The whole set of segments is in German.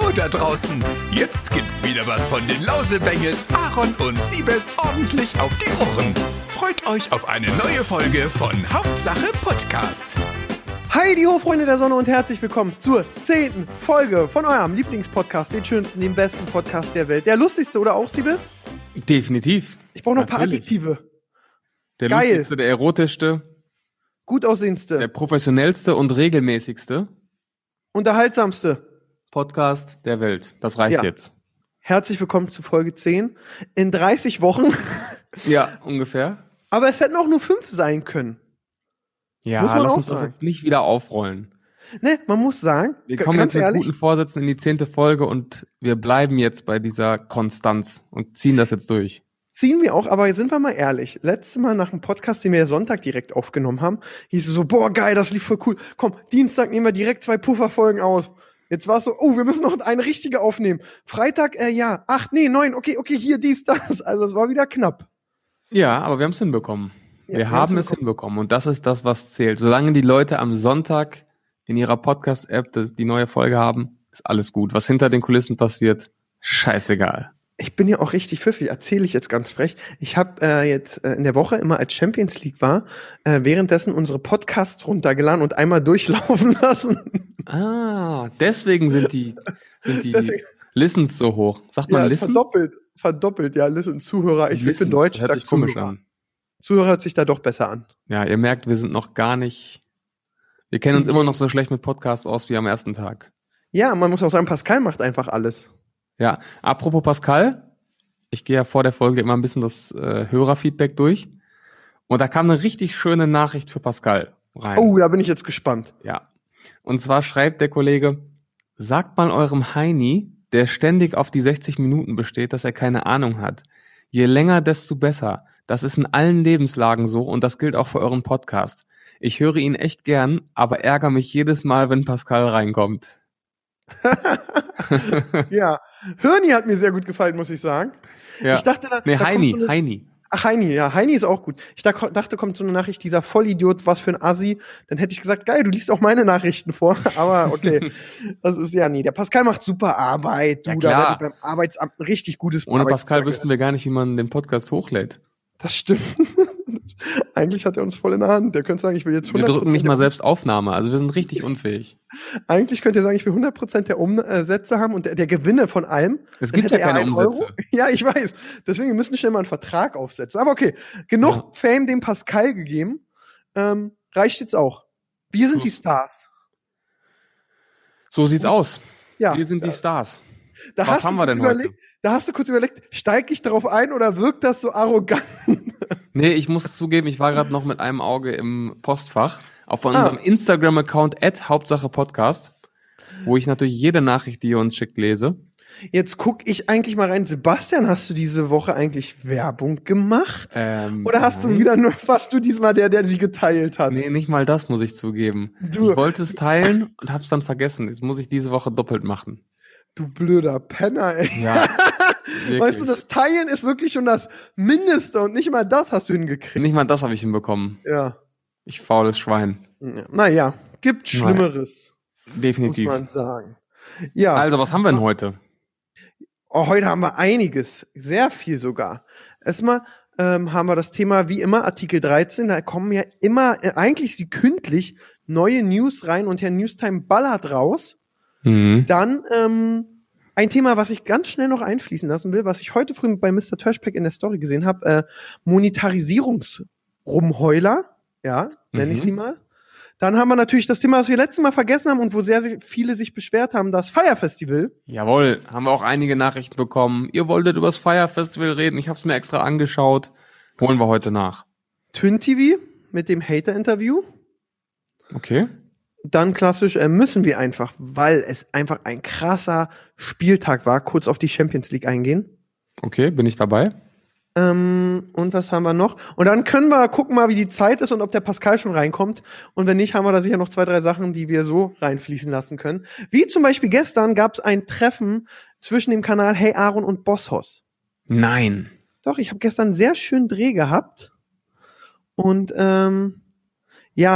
Hallo da draußen! Jetzt gibt's wieder was von den Lausebengels, Aaron und Siebes ordentlich auf die Ohren. Freut euch auf eine neue Folge von Hauptsache Podcast. Hi, die Freunde der Sonne und herzlich willkommen zur 10. Folge von eurem Lieblingspodcast, den schönsten, den besten Podcast der Welt. Der lustigste, oder auch, Siebes? Definitiv. Ich brauche noch ein paar Adjektive. Der Geil. lustigste, der erotischste, Gut aussehendste, der professionellste und regelmäßigste unterhaltsamste. Podcast der Welt. Das reicht jetzt. Herzlich willkommen zu Folge 10. In 30 Wochen. Ja, ungefähr. Aber es hätten auch nur 5 sein können. Ja, Muss man lass auch uns das sagen. jetzt nicht wieder aufrollen. Ne, man muss sagen, Wir kommen ganz jetzt mit ehrlich, guten Vorsätzen in die 10. Folge und wir bleiben jetzt bei dieser Konstanz und ziehen das jetzt durch. ziehen wir auch, aber sind wir mal ehrlich. Letztes Mal nach dem Podcast, den wir ja Sonntag direkt aufgenommen haben, hieß es so, boah, geil, das lief voll cool. Komm, Dienstag nehmen wir direkt 2 Pufferfolgen auf. Jetzt war es so, oh, wir müssen noch eine richtige aufnehmen. Freitag, 9, okay, hier, dies, das. Also es war wieder knapp. Ja, aber wir haben es hinbekommen. Ja, wir haben es hinbekommen und das ist das, was zählt. Solange die Leute am Sonntag in ihrer Podcast-App die neue Folge haben, ist alles gut. Was hinter den Kulissen passiert, scheißegal. Ich bin ja auch richtig pfiffig, erzähle ich jetzt ganz frech. Ich habe jetzt in der Woche immer als Champions League war, währenddessen unsere Podcasts runtergeladen und einmal durchlaufen lassen. Ah, deswegen sind die Deswegen. Listens so hoch. Sagt man Ja, Listens? verdoppelt, ja, listen, Zuhörer. Ich bin Listens, Deutsch, hört sag sich komisch Zuhörer. an. Zuhörer hört sich da doch besser an. Ja, ihr merkt, wir sind noch gar nicht, wir kennen uns immer noch so schlecht mit Podcasts aus wie am ersten Tag. Ja, man muss auch sagen, Pascal macht einfach alles. Ja, apropos Pascal, ich gehe ja vor der Folge immer ein bisschen das Hörerfeedback durch und da kam eine richtig schöne Nachricht für Pascal rein. Oh, da bin ich jetzt gespannt. Ja, und zwar schreibt der Kollege, sagt mal eurem Heini, der ständig auf die 60 Minuten besteht, dass er keine Ahnung hat. Je länger, desto besser. Das ist in allen Lebenslagen so und das gilt auch für euren Podcast. Ich höre ihn echt gern, aber ärgere mich jedes Mal, wenn Pascal reinkommt. Ja, Hörni hat mir sehr gut gefallen, muss ich sagen. Ja. Ich dachte, da Heini, kommt so eine, Heini. Ach, Heini, ja, Heini ist auch gut. Ich dachte, kommt so eine Nachricht, dieser Vollidiot, was für ein Assi. Dann hätte ich gesagt, geil, du liest auch meine Nachrichten vor. Aber okay, das ist ja nie. Der Pascal macht super Arbeit. Du, Ja, da klar. werdet beim Arbeitsamt ein richtig gutes Ohne Pascal Arbeitszeugnis. wüssten wir gar nicht, wie man den Podcast hochlädt. Das stimmt. Eigentlich hat er uns voll in der Hand. Der könnte sagen, ich will jetzt 100%. Wir drücken nicht mal selbst Aufnahme, also wir sind richtig unfähig. Eigentlich könnte er sagen, ich will 100% der Umsätze haben und der Gewinne von allem. Es Dann gibt ja hätte er keine 1 Euro. Umsätze. Ja, ich weiß. Deswegen wir müssen schnell mal einen Vertrag aufsetzen. Aber okay, genug Ja. Fame dem Pascal gegeben. Reicht jetzt auch. Wir sind die Stars. So sieht's aus. Ja. Wir sind die Stars. Da Was hast du haben wir kurz denn heute? überlegt, Da hast du kurz überlegt, steig ich darauf ein oder wirkt das so arrogant? Nee, ich muss zugeben, ich war gerade noch mit einem Auge im Postfach auf unserem Instagram-Account @Hauptsache-Podcast, wo ich natürlich jede Nachricht, die ihr uns schickt, lese. Jetzt guck ich eigentlich mal rein. Sebastian, hast du diese Woche eigentlich Werbung gemacht? Oder hast du nein. wieder nur, warst du diesmal der sie geteilt hat? Nee, nicht mal das muss ich zugeben. Du- Ich wollte es teilen und hab's dann vergessen. Jetzt muss ich diese Woche doppelt machen. Du blöder Penner, ey. Ja, wirklich. Weißt du, das Teilen ist wirklich schon das Mindeste und nicht mal das hast du hingekriegt. Nicht mal das habe ich hinbekommen. Ja. Ich faules Schwein. Naja, gibt Schlimmeres, muss Definitiv. man sagen. Ja, Also, was haben wir denn heute? heute haben wir einiges, sehr viel sogar. Erstmal haben wir das Thema, wie immer, Artikel 13, da kommen ja immer, eigentlich sie kündlich neue News rein und Herr Newstime ballert raus. Mhm. Dann ein Thema, was ich ganz schnell noch einfließen lassen will, was ich heute früh bei Mr. Törschbeck in der Story gesehen habe, Monetarisierungsrumheuler, ja, nenne ich sie mal. Dann haben wir natürlich das Thema, was wir letztes Mal vergessen haben und wo sehr, sehr viele sich beschwert haben, das Fire Festival. Jawohl, haben wir auch einige Nachrichten bekommen. Ihr wolltet über das Fire Festival reden, ich habe es mir extra angeschaut. Holen wir heute nach. Twin TV mit dem Hater-Interview. Okay. Dann klassisch müssen wir einfach, weil es einfach ein krasser Spieltag war, kurz auf die Champions League eingehen. Okay, bin ich dabei? Und was haben wir noch? Und dann können wir gucken mal, wie die Zeit ist und ob der Pascal schon reinkommt. Und wenn nicht, haben wir da sicher noch 2, 3 Sachen, die wir so reinfließen lassen können. Wie zum Beispiel gestern gab es ein Treffen zwischen dem Kanal Hey Aaron und Bosshaus. Nein. Doch, ich habe gestern einen sehr schönen Dreh gehabt. Und ja,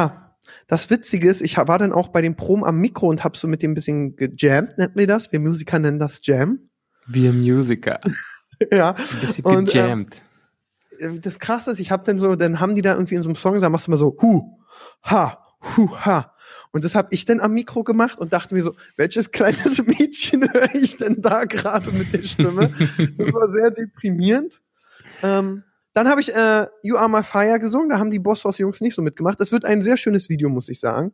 Das Witzige ist, ich war dann auch bei den Proben am Mikro und hab so mit dem ein bisschen gejammt, nennt man das. Wir Musiker nennen das Jam. Wir Musiker. Ja. Ein bisschen Und, gejammt. Das Krasse ist, dann haben die da irgendwie in so einem Song, da machst du mal so, ha. Und das habe ich dann am Mikro gemacht und dachte mir so, welches kleines Mädchen höre ich denn da gerade mit der Stimme? Das war sehr deprimierend. Dann habe ich You Are My Fire gesungen, da haben die Boss House Jungs nicht so mitgemacht. Das wird ein sehr schönes Video, muss ich sagen.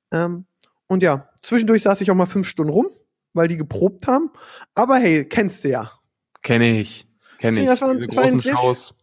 Und ja, zwischendurch saß ich auch mal 5 Stunden rum, weil die geprobt haben. Aber hey, kennst du ja. Kenne ich. Das war Diese großen Shows.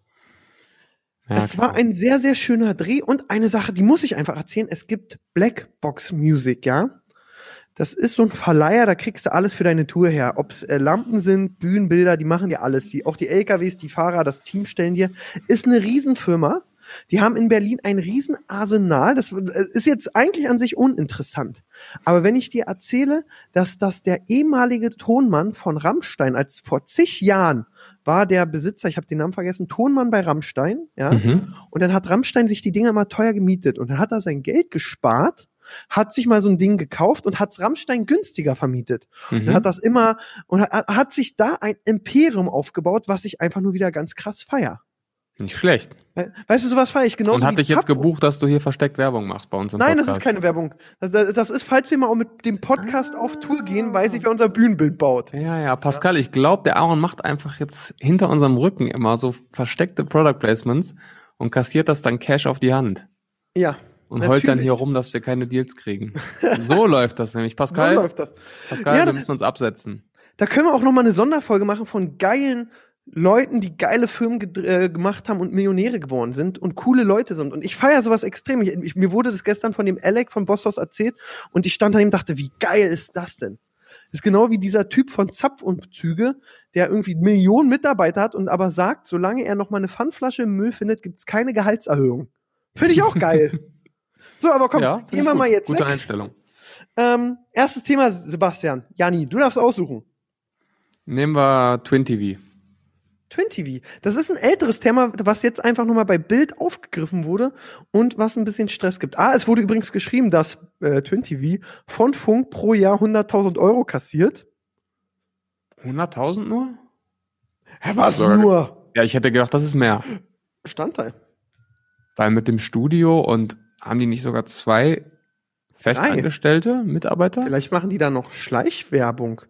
Ja, es war ein sehr, sehr schöner Dreh und eine Sache, die muss ich einfach erzählen. Es gibt Blackbox Music, ja. Das ist so ein Verleiher, da kriegst du alles für deine Tour her. Ob es Lampen sind, Bühnenbilder, die machen dir alles. Auch die LKWs, die Fahrer, das Team stellen dir. Ist eine Riesenfirma. Die haben in Berlin ein Riesenarsenal. Das ist jetzt eigentlich an sich uninteressant. Aber wenn ich dir erzähle, dass das der ehemalige Tonmann von Rammstein, als vor zig Jahren war der Besitzer, ich habe den Namen vergessen, Tonmann bei Rammstein, ja. Und dann hat Rammstein sich die Dinger mal teuer gemietet und dann hat er sein Geld gespart, hat sich mal so ein Ding gekauft und hat's Rammstein günstiger vermietet. Und hat das immer und hat sich da ein Imperium aufgebaut, was ich einfach nur wieder ganz krass feier. Nicht schlecht. Weißt du, sowas feiere ich genauso. Und hat dich jetzt gebucht, dass du hier versteckt Werbung machst bei uns im Podcast? Nein, das ist keine Werbung. Das ist, falls wir mal auch mit dem Podcast auf Tour gehen, weiß ich, wer unser Bühnenbild baut. Ja, Pascal, ich glaube, der Aaron macht einfach jetzt hinter unserem Rücken immer so versteckte Product Placements und kassiert das dann Cash auf die Hand. Ja. Und heult dann hier rum, dass wir keine Deals kriegen. So läuft das nämlich. Pascal, so läuft das. Pascal, ja, wir müssen uns absetzen. Da können wir auch noch mal eine Sonderfolge machen von geilen Leuten, die geile Firmen gemacht haben und Millionäre geworden sind und coole Leute sind. Und ich feiere sowas extrem. Mir wurde das gestern von dem Alec von Boss House erzählt und ich stand daneben und dachte, wie geil ist das denn? Das ist genau wie dieser Typ von Zapfumzüge, der irgendwie Millionen Mitarbeiter hat und aber sagt, solange er noch mal eine Pfandflasche im Müll findet, gibt's keine Gehaltserhöhung. Finde ich auch geil. So, aber komm, gehen wir mal jetzt Gute weg. Einstellung. Erstes Thema, Sebastian. Jani, du darfst aussuchen. Nehmen wir Twin TV. Twin TV. Das ist ein älteres Thema, was jetzt einfach nochmal bei Bild aufgegriffen wurde und was ein bisschen Stress gibt. Es wurde übrigens geschrieben, dass Twin TV von Funk pro Jahr 100.000 Euro kassiert. 100.000 nur? Hä, was nur? Ja, ich hätte gedacht, das ist mehr. Bestandteil. Weil mit dem Studio und haben die nicht sogar 2 festangestellte Mitarbeiter? Vielleicht machen die da noch Schleichwerbung.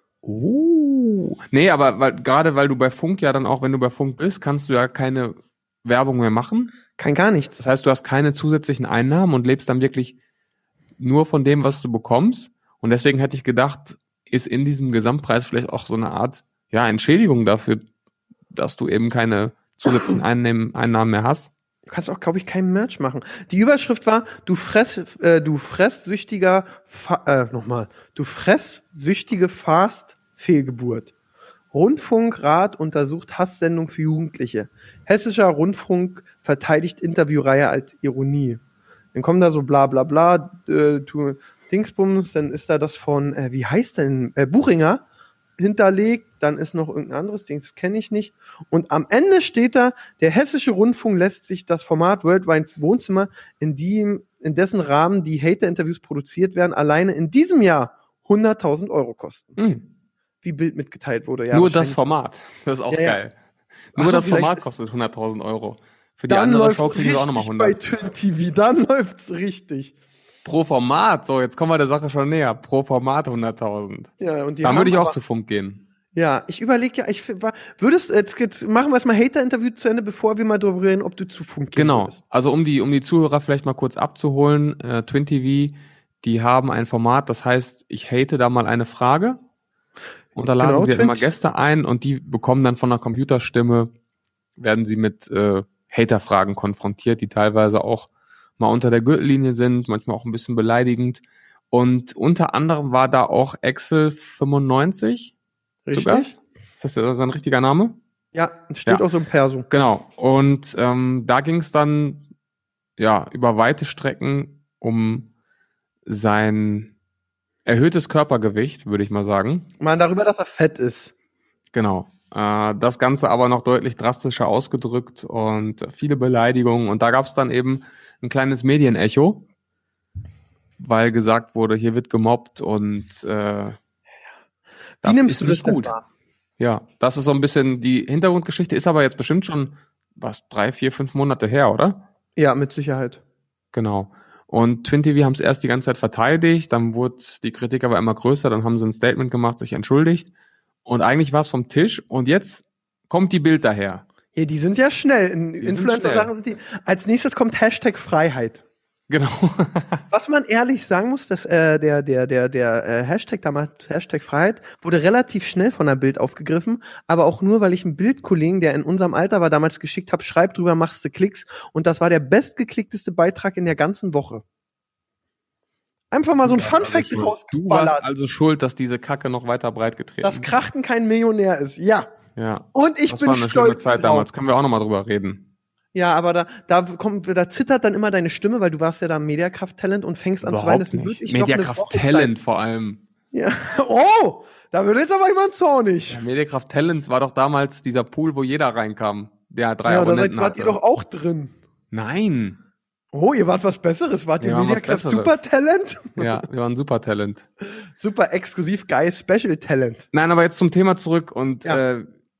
Nee, aber gerade weil du bei Funk ja dann auch, wenn du bei Funk bist, kannst du ja keine Werbung mehr machen. Kein gar nichts. Das heißt, du hast keine zusätzlichen Einnahmen und lebst dann wirklich nur von dem, was du bekommst. Und deswegen hätte ich gedacht, ist in diesem Gesamtpreis vielleicht auch so eine Art, Entschädigung dafür, dass du eben keine zusätzlichen Einnahmen mehr hast. Du kannst auch, glaube ich, kein Merch machen. Die Überschrift war, du fresssüchtige Fast-Fehlgeburt. Rundfunkrat untersucht Hasssendung für Jugendliche. Hessischer Rundfunk verteidigt Interviewreihe als Ironie. Dann kommen da so bla bla bla, Dingsbums, dann ist da das von, wie heißt denn, Buchinger hinterlegt, dann ist noch irgendein anderes Ding, das kenne ich nicht. Und am Ende steht da, der Hessische Rundfunk lässt sich das Format Worldwide Wohnzimmer, in dessen Rahmen die Hater-Interviews produziert werden, alleine in diesem Jahr 100.000 Euro kosten. Wie Bild mitgeteilt wurde. Ja, nur das Format, das ist auch geil. Nur das Format kostet 100.000 Euro. Für die andere Show kriegen wir auch nochmal 100. Bei Twin TV, dann läuft's richtig. Pro Format, so, jetzt kommen wir der Sache schon näher. Pro Format 100.000. Ja, und dann würde ich auch zu Funk gehen. Ja, ich überlege jetzt machen wir erstmal Hater-Interview zu Ende, bevor wir mal darüber reden, ob du zu Funk gehen würdest. Also um die Zuhörer vielleicht mal kurz abzuholen, Twin TV, die haben ein Format, das heißt, ich hate da mal eine Frage und da laden sie immer Gäste ein und die bekommen dann von einer Computerstimme, werden sie mit Hater-Fragen konfrontiert, die teilweise auch mal unter der Gürtellinie sind, manchmal auch ein bisschen beleidigend. Und unter anderem war da auch Excel 95 zu Gast. Ist das sein richtiger Name? Ja, steht auch so im Perso. Genau. Und da ging es dann über weite Strecken um sein erhöhtes Körpergewicht, würde ich mal sagen. Darüber, dass er fett ist. Genau. Das Ganze aber noch deutlich drastischer ausgedrückt und viele Beleidigungen. Und da gab es dann eben ein kleines Medienecho. weil gesagt wurde, hier wird gemobbt und Wie nimmst du das denn gut. wahr? Ja, das ist so ein bisschen die Hintergrundgeschichte, ist aber jetzt bestimmt schon, 3, 4, 5 Monate her, oder? Ja, mit Sicherheit. Genau. Und Twin TV haben es erst die ganze Zeit verteidigt, dann wurde die Kritik aber immer größer, dann haben sie ein Statement gemacht, sich entschuldigt und eigentlich war es vom Tisch und jetzt kommt die Bild daher. Ja, die sind ja schnell. In sind Influencer-Sachen sind die. Als nächstes kommt #Freiheit. Genau. Was man ehrlich sagen muss, dass der Hashtag damals, #Freiheit, wurde relativ schnell von der Bild aufgegriffen, aber auch nur, weil ich einen Bildkollegen, der in unserem Alter war, damals geschickt habe, schreib drüber, machst du Klicks und das war der bestgeklickteste Beitrag in der ganzen Woche. Einfach mal so ein Fun-Fact Du rausgeballert. warst also schuld, dass diese Kacke noch weiter breit getreten Dass Krachten kein Millionär ist, ja. Ja. Und ich Das bin war eine schlimme stolz Zeit drauf. damals, können wir auch nochmal drüber reden. Ja, aber da zittert dann immer deine Stimme, weil du warst ja da Mediakraft-Talent und fängst an zu weinen. Überhaupt Das wird nicht. ich noch eine Mediakraft Woche Talent vor allem. Ja. Oh, da wird jetzt aber jemand zornig. Ja, Mediakraft Talents war doch damals dieser Pool, wo jeder reinkam, der 3 Ja, da Abonnenten wart ihr hatte. doch auch drin. Nein. Oh, ihr wart was Besseres. Wart ihr Wir waren was Mediakraft Besseres. Super-Talent? Ja, wir waren super Talent. Super exklusiv geil Special-Talent. Nein, aber jetzt zum Thema zurück und Ja.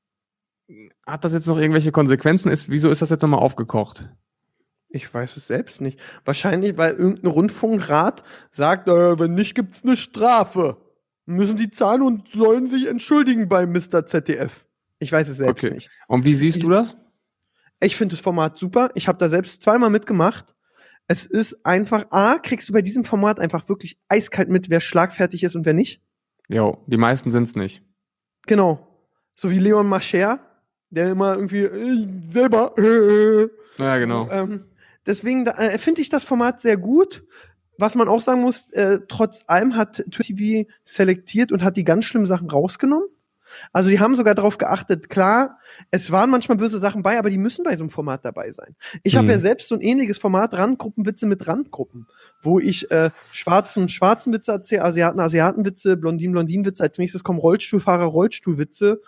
hat das jetzt noch irgendwelche Konsequenzen? Wieso ist das jetzt nochmal aufgekocht? Ich weiß es selbst nicht. Wahrscheinlich, weil irgendein Rundfunkrat sagt, wenn nicht, gibt's eine Strafe. Müssen die zahlen und sollen sich entschuldigen bei Mr. ZDF. Ich weiß es selbst Okay. nicht. Und wie siehst du das? Ich finde das Format super. Ich habe da selbst zweimal mitgemacht. Es ist einfach, kriegst du bei diesem Format einfach wirklich eiskalt mit, wer schlagfertig ist und wer nicht. Jo, die meisten sind's nicht. Genau. So wie Leon Mascher, der immer irgendwie selber. Ja, genau. Deswegen finde ich das Format sehr gut. Was man auch sagen muss, trotz allem hat TV selektiert und hat die ganz schlimmen Sachen rausgenommen. Also die haben sogar darauf geachtet, klar, es waren manchmal böse Sachen bei, aber die müssen bei so einem Format dabei sein. Ich habe ja selbst so ein ähnliches Format, Randgruppenwitze mit Randgruppen, wo ich schwarzen Witze erzähle, Asiatenwitze, Blondinenwitze, als nächstes kommen Rollstuhlfahrer, Rollstuhlwitze.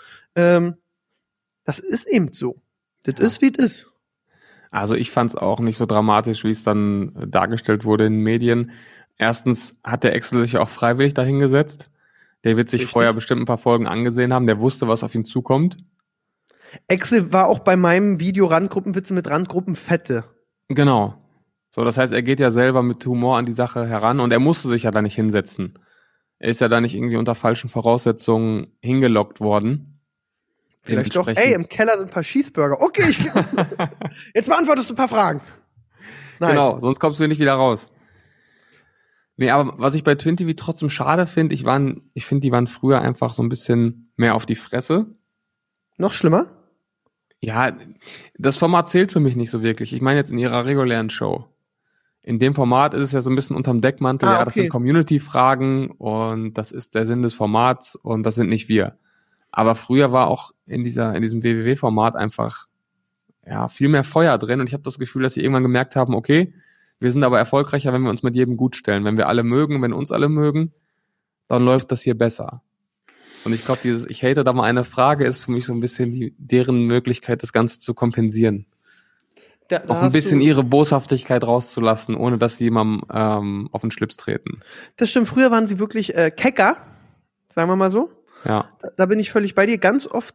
Das ist eben so. Das ist, wie es ist. Also ich fand's auch nicht so dramatisch, wie es dann dargestellt wurde in den Medien. Erstens hat der Excel sich auch freiwillig dahingesetzt. Der wird sich vorher bestimmt ein paar Folgen angesehen haben. Der wusste, was auf ihn zukommt. Excel war auch bei meinem Video Randgruppenwitze mit Randgruppenfette. Genau. So, das heißt, er geht ja selber mit Humor an die Sache heran und er musste sich ja da nicht hinsetzen. Er ist ja da nicht irgendwie unter falschen Voraussetzungen hingelockt worden. Vielleicht doch, im Keller sind ein paar Cheeseburger. Okay, jetzt beantwortest du ein paar Fragen. Nein. Genau, sonst kommst du hier nicht wieder raus. Nee, aber was ich bei Twin TV trotzdem schade finde, ich finde, die waren früher einfach so ein bisschen mehr auf die Fresse. Noch schlimmer? Ja, das Format zählt für mich nicht so wirklich. Ich meine jetzt in ihrer regulären Show. In dem Format ist es ja so ein bisschen unterm Deckmantel, ja, das sind Community-Fragen und das ist der Sinn des Formats und das sind nicht wir. Aber früher war auch in diesem WWW-Format einfach viel mehr Feuer drin und ich habe das Gefühl, dass sie irgendwann gemerkt haben, okay, wir sind aber erfolgreicher, wenn wir uns mit jedem gut stellen. Wenn wir alle mögen, wenn uns alle mögen, dann läuft das hier besser. Und ich glaube, dieses Ich hate da mal eine Frage ist für mich so ein bisschen deren Möglichkeit, das Ganze zu kompensieren. Auch ein bisschen ihre Boshaftigkeit rauszulassen, ohne dass sie jemandem auf den Schlips treten. Das stimmt, früher waren sie wirklich Kecker, sagen wir mal so. Ja. Da bin ich völlig bei dir. Ganz oft,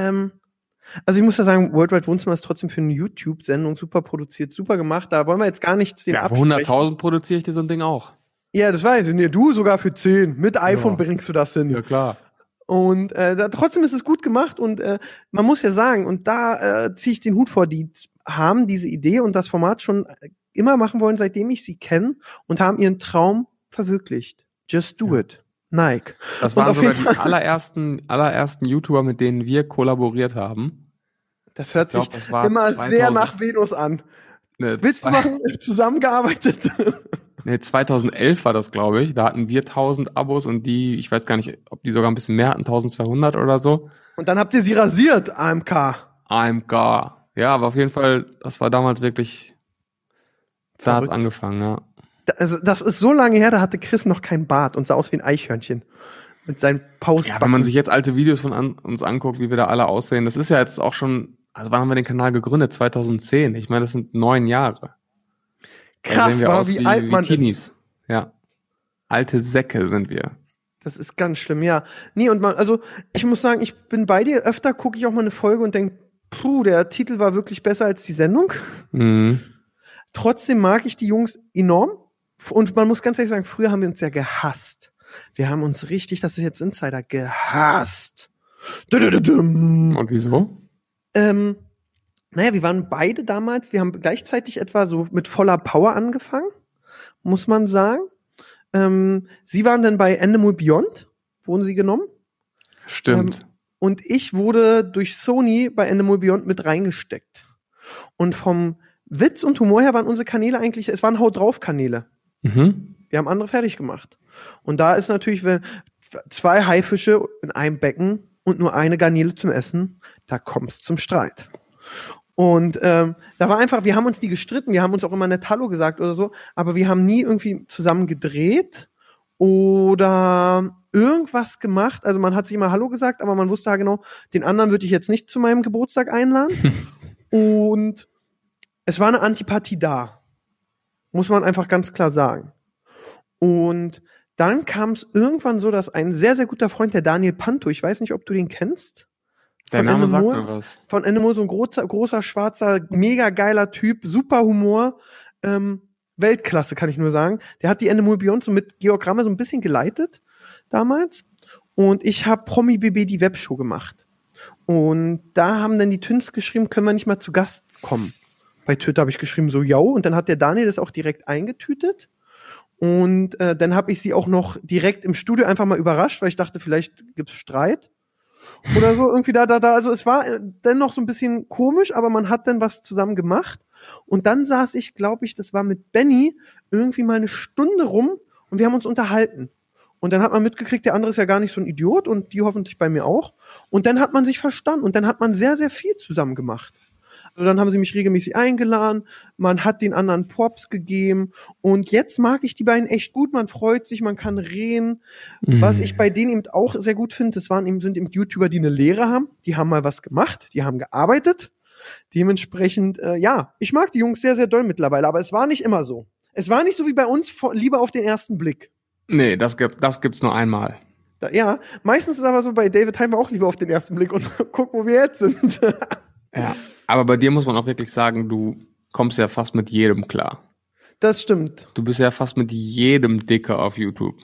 also ich muss ja sagen, Worldwide Wohnzimmer ist trotzdem für eine YouTube-Sendung super produziert, super gemacht. Da wollen wir jetzt gar nichts den absprechen. Für 100.000 produziere ich dir so ein Ding auch. Ja, das weiß ich. Nee, du sogar für 10. Mit iPhone bringst du das hin. Ja, klar. Und trotzdem ist es gut gemacht und man muss ja sagen, und da ziehe ich den Hut vor, die haben diese Idee und das Format schon immer machen wollen, seitdem ich sie kenne und haben ihren Traum verwirklicht. Just do it. Nike. Das waren sogar die allerersten YouTuber, mit denen wir kollaboriert haben. Das hört sich immer sehr nach Venus an. Willst du machen? Zusammengearbeitet? Nee, 2011 war das, glaube ich. Da hatten wir 1000 Abos und die, ich weiß gar nicht, ob die sogar ein bisschen mehr hatten, 1200 oder so. Und dann habt ihr sie rasiert, AMK. Ja, aber auf jeden Fall, das war damals wirklich, da hat's angefangen, ja. Also, das ist so lange her, da hatte Chris noch keinen Bart und sah aus wie ein Eichhörnchen. Mit seinen Pausbacken. Ja, wenn man sich jetzt alte Videos von uns anguckt, wie wir da alle aussehen, das ist ja jetzt auch schon, also wann haben wir den Kanal gegründet? 2010. Ich meine, das sind 9 Jahre. Krass, war wie alt man ist. Ja. Alte Säcke sind wir. Das ist ganz schlimm, ja. Nee, und also ich muss sagen, ich bin bei dir. Öfter gucke ich auch mal eine Folge und denke, der Titel war wirklich besser als die Sendung. Mhm. Trotzdem mag ich die Jungs enorm. Und man muss ganz ehrlich sagen, früher haben wir uns ja gehasst. Wir haben uns richtig, das ist jetzt Insider, gehasst. Und wieso? Naja, wir waren beide damals, wir haben gleichzeitig etwa so mit voller Power angefangen, muss man sagen. Sie waren dann bei Endemol Beyond, wurden sie genommen. Stimmt. Und ich wurde durch Sony bei Endemol Beyond mit reingesteckt. Und vom Witz und Humor her waren unsere Kanäle eigentlich, es waren Haut-drauf-Kanäle. Mhm. Wir haben andere fertig gemacht. Und da ist natürlich, wenn 2 Haifische in einem Becken und nur eine Garnele zum Essen, da kommt's zum Streit. Und da war einfach, wir haben uns nie gestritten, wir haben uns auch immer nett Hallo gesagt oder so, aber wir haben nie irgendwie zusammen gedreht oder irgendwas gemacht. Also man hat sich immer Hallo gesagt, aber man wusste ja genau, den anderen würde ich jetzt nicht zu meinem Geburtstag einladen. Und es war eine Antipathie da. Muss man einfach ganz klar sagen. Und dann kam es irgendwann so, dass ein sehr, sehr guter Freund, der Daniel Panto, ich weiß nicht, ob du den kennst. Der Name sagt mir was. Von Endemol, so ein großer, schwarzer, mega geiler Typ, super Humor, Weltklasse, kann ich nur sagen. Der hat die Endemol Beyond so mit Georg Rammer so ein bisschen geleitet damals. Und ich habe Promi BB die Webshow gemacht. Und da haben dann die Twins geschrieben, können wir nicht mal zu Gast kommen. Bei Twitter habe ich geschrieben, so, yo. Und dann hat der Daniel das auch direkt eingetütet. Und dann habe ich sie auch noch direkt im Studio einfach mal überrascht, weil ich dachte, vielleicht gibt's Streit. Oder so, irgendwie da. Also es war dennoch so ein bisschen komisch, aber man hat dann was zusammen gemacht. Und dann saß ich, glaube ich, das war mit Benny, irgendwie mal eine Stunde rum und wir haben uns unterhalten. Und dann hat man mitgekriegt, der andere ist ja gar nicht so ein Idiot und die hoffentlich bei mir auch. Und dann hat man sich verstanden und dann hat man sehr, sehr viel zusammen gemacht. Also dann haben sie mich regelmäßig eingeladen, man hat den anderen Props gegeben und jetzt mag ich die beiden echt gut, man freut sich, man kann reden. Was ich bei denen eben auch sehr gut finde, sind eben YouTuber, die eine Lehre haben, die haben mal was gemacht, die haben gearbeitet. Dementsprechend, ja, ich mag die Jungs sehr, sehr doll mittlerweile, aber es war nicht immer so. Es war nicht so wie bei uns, lieber auf den ersten Blick. Nee, das gibt's nur einmal. Ja, meistens ist aber so bei David Hein auch lieber auf den ersten Blick und guck, wo wir jetzt sind. Ja, aber bei dir muss man auch wirklich sagen, du kommst ja fast mit jedem klar. Das stimmt. Du bist ja fast mit jedem Dicker auf YouTube.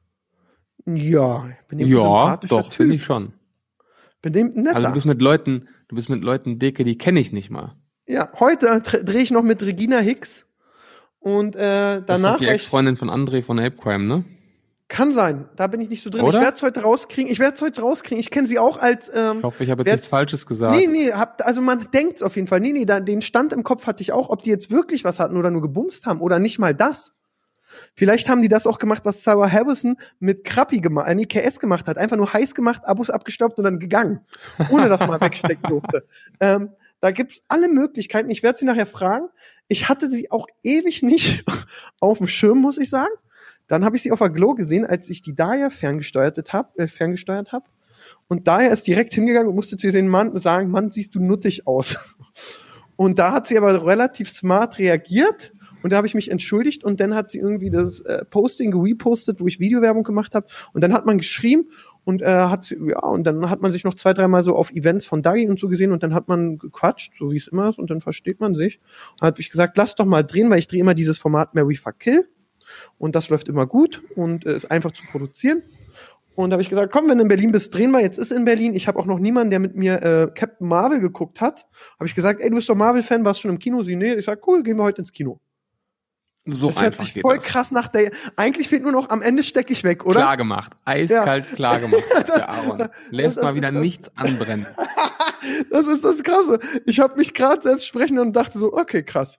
Ja, bin ja, sympathischer doch, finde ich schon. Bin dem netter. Also du bist mit Leuten dicke, die kenne ich nicht mal. Ja, heute drehe ich noch mit Regina Hicks und danach. Das ist die Ex-Freundin von André von Apecrime, ne? Kann sein, da bin ich nicht so drin. Oder? Ich werde es heute rauskriegen. Ich kenne sie auch als. Ich hoffe, ich habe jetzt nichts Falsches gesagt. Nee, also man denkt's auf jeden Fall. Nee, den Stand im Kopf hatte ich auch, ob die jetzt wirklich was hatten oder nur gebumst haben oder nicht mal das. Vielleicht haben die das auch gemacht, was Sarah Harrison mit Krappi gemacht, KS gemacht hat. Einfach nur heiß gemacht, Abos abgestaubt und dann gegangen. Ohne dass man wegstecken durfte. Da gibt's alle Möglichkeiten. Ich werde sie nachher fragen. Ich hatte sie auch ewig nicht auf dem Schirm, muss ich sagen. Dann habe ich sie auf der Glow gesehen, als ich die Daya ferngesteuert habe. Und Daya ist direkt hingegangen und musste zu dem Mann sagen, Mann, siehst du nuttig aus. Und da hat sie aber relativ smart reagiert. Und da habe ich mich entschuldigt und dann hat sie irgendwie das Posting gepostet, wo ich Videowerbung gemacht habe. Und dann hat man geschrieben und und dann hat man sich noch 2-3 Mal so auf Events von Dagi und so gesehen und dann hat man gequatscht, so wie es immer ist, und dann versteht man sich. Und dann habe ich gesagt, lass doch mal drehen, weil ich drehe immer dieses Format Mary Fuck Kill. Und das läuft immer gut und ist einfach zu produzieren. Und da habe ich gesagt, komm, wenn du in Berlin bist, drehen wir. Jetzt ist in Berlin. Ich habe auch noch niemanden, der mit mir Captain Marvel geguckt hat. Habe ich gesagt, ey, du bist doch Marvel-Fan, warst schon im Kino? Sie, nee. Ich sag, cool, gehen wir heute ins Kino. So das hört sich voll krass nach der. Eigentlich fehlt nur noch, am Ende stecke ich weg, oder? Klar gemacht. Eiskalt ja. Klar gemacht, der Aaron. Lässt mal wieder nichts anbrennen. Das ist das Krasse. Ich habe mich gerade selbst sprechen und dachte so, okay, krass.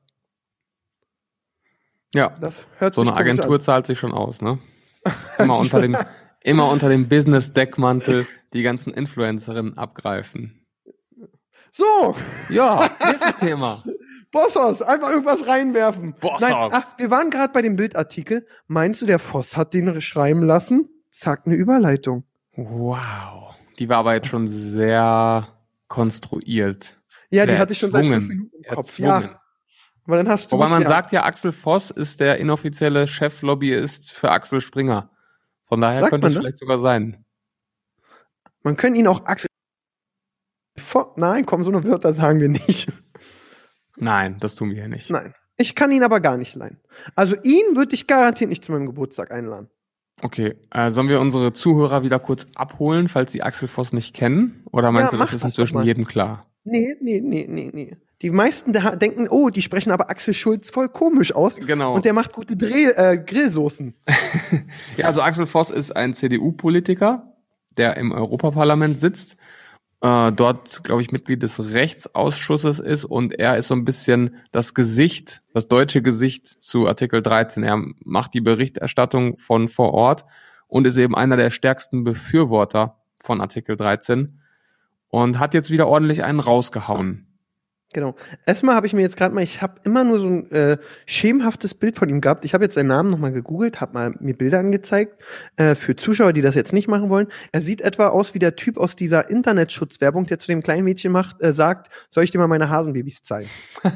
Ja, das hört so sich eine Agentur zahlt sich schon aus, ne? Immer unter dem Business-Deckmantel die ganzen Influencerinnen abgreifen. So! Ja, nächstes Thema. Bosshaus, einfach irgendwas reinwerfen. Bosshaus. Wir waren gerade bei dem Bildartikel. Meinst du, der Voss hat den schreiben lassen? Zack, eine Überleitung. Wow. Die war aber jetzt schon sehr konstruiert. Ja, sehr die hatte ich schon seit 5 Minuten im Kopf. Ja. Aber dann hast du Wobei mich, man sagt ja, Axel Voss ist der inoffizielle Cheflobbyist für Axel Springer. Von daher Sagt könnte man es das? vielleicht sogar sein. Man könnte ihn auch Axel. Nein, komm, so eine Wörter sagen wir nicht. Nein, das tun wir hier nicht. Nein. Ich kann ihn aber gar nicht leihen. Also ihn würde ich garantiert nicht zu meinem Geburtstag einladen. Okay, sollen wir unsere Zuhörer wieder kurz abholen, falls sie Axel Voss nicht kennen? Oder meinst Ja, du, das mach ist das inzwischen doch mal. jedem klar? Nee. Die meisten denken, oh, die sprechen aber Axel Schulz voll komisch aus. Genau. Und der macht gute Grillsoßen. Ja, also Axel Voss ist ein CDU-Politiker, der im Europaparlament sitzt, dort, glaube ich, Mitglied des Rechtsausschusses ist und er ist so ein bisschen das Gesicht, das deutsche Gesicht zu Artikel 13. Er macht die Berichterstattung von vor Ort und ist eben einer der stärksten Befürworter von Artikel 13 und hat jetzt wieder ordentlich einen rausgehauen. Genau. Erstmal habe ich mir jetzt gerade mal, ich habe immer nur so ein schemenhaftes Bild von ihm gehabt. Ich habe jetzt seinen Namen nochmal gegoogelt, habe mal mir Bilder angezeigt. Für Zuschauer, die das jetzt nicht machen wollen. Er sieht etwa aus wie der Typ aus dieser Internetschutzwerbung, der zu dem kleinen Mädchen sagt, soll ich dir mal meine Hasenbabys zeigen?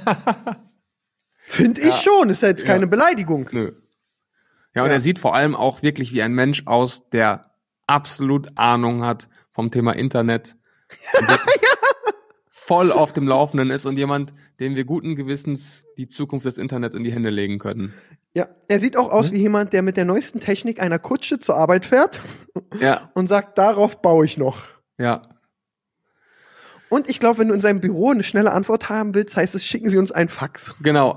Finde ich schon, ist ja jetzt keine Beleidigung. Nö. Ja, und er sieht vor allem auch wirklich wie ein Mensch aus, der absolut Ahnung hat vom Thema Internet. Voll auf dem Laufenden ist und jemand, dem wir guten Gewissens die Zukunft des Internets in die Hände legen können. Ja, er sieht auch aus wie jemand, der mit der neuesten Technik einer Kutsche zur Arbeit fährt und sagt, darauf baue ich noch. Ja. Und ich glaube, wenn du in seinem Büro eine schnelle Antwort haben willst, heißt es, schicken Sie uns ein Fax. Genau.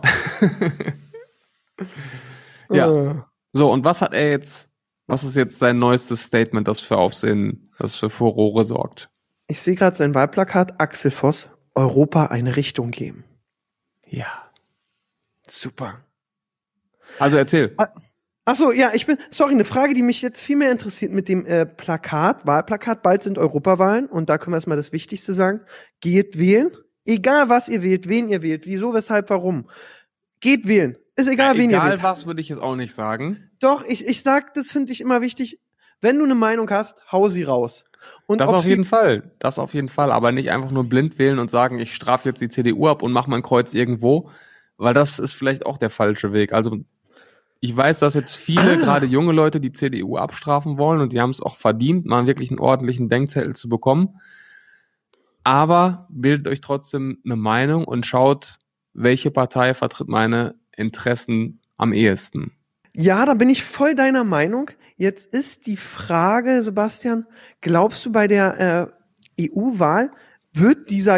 Ja. So, und was ist jetzt sein neuestes Statement, das für Aufsehen, das für Furore sorgt? Ich sehe gerade sein Wahlplakat, Axel Voss, Europa eine Richtung geben. Ja. Super. Also erzähl. Achso, ja, eine Frage, die mich jetzt viel mehr interessiert mit dem Wahlplakat, bald sind Europawahlen und da können wir erstmal das Wichtigste sagen. Geht wählen, egal was ihr wählt, wen ihr wählt, wieso, weshalb, warum. Geht wählen, ist egal, wen ihr wählt. Egal was, würde ich jetzt auch nicht sagen. Doch, ich sag, das finde ich immer wichtig, wenn du eine Meinung hast, hau sie raus. Und Das auf jeden Fall, aber nicht einfach nur blind wählen und sagen, ich strafe jetzt die CDU ab und mache mein Kreuz irgendwo, weil das ist vielleicht auch der falsche Weg. Also ich weiß, dass jetzt viele, gerade junge Leute, die CDU abstrafen wollen und die haben es auch verdient, mal wirklich einen ordentlichen Denkzettel zu bekommen. Aber bildet euch trotzdem eine Meinung und schaut, welche Partei vertritt meine Interessen am ehesten. Ja, da bin ich voll deiner Meinung. Jetzt ist die Frage, Sebastian, glaubst du, bei der EU-Wahl wird dieser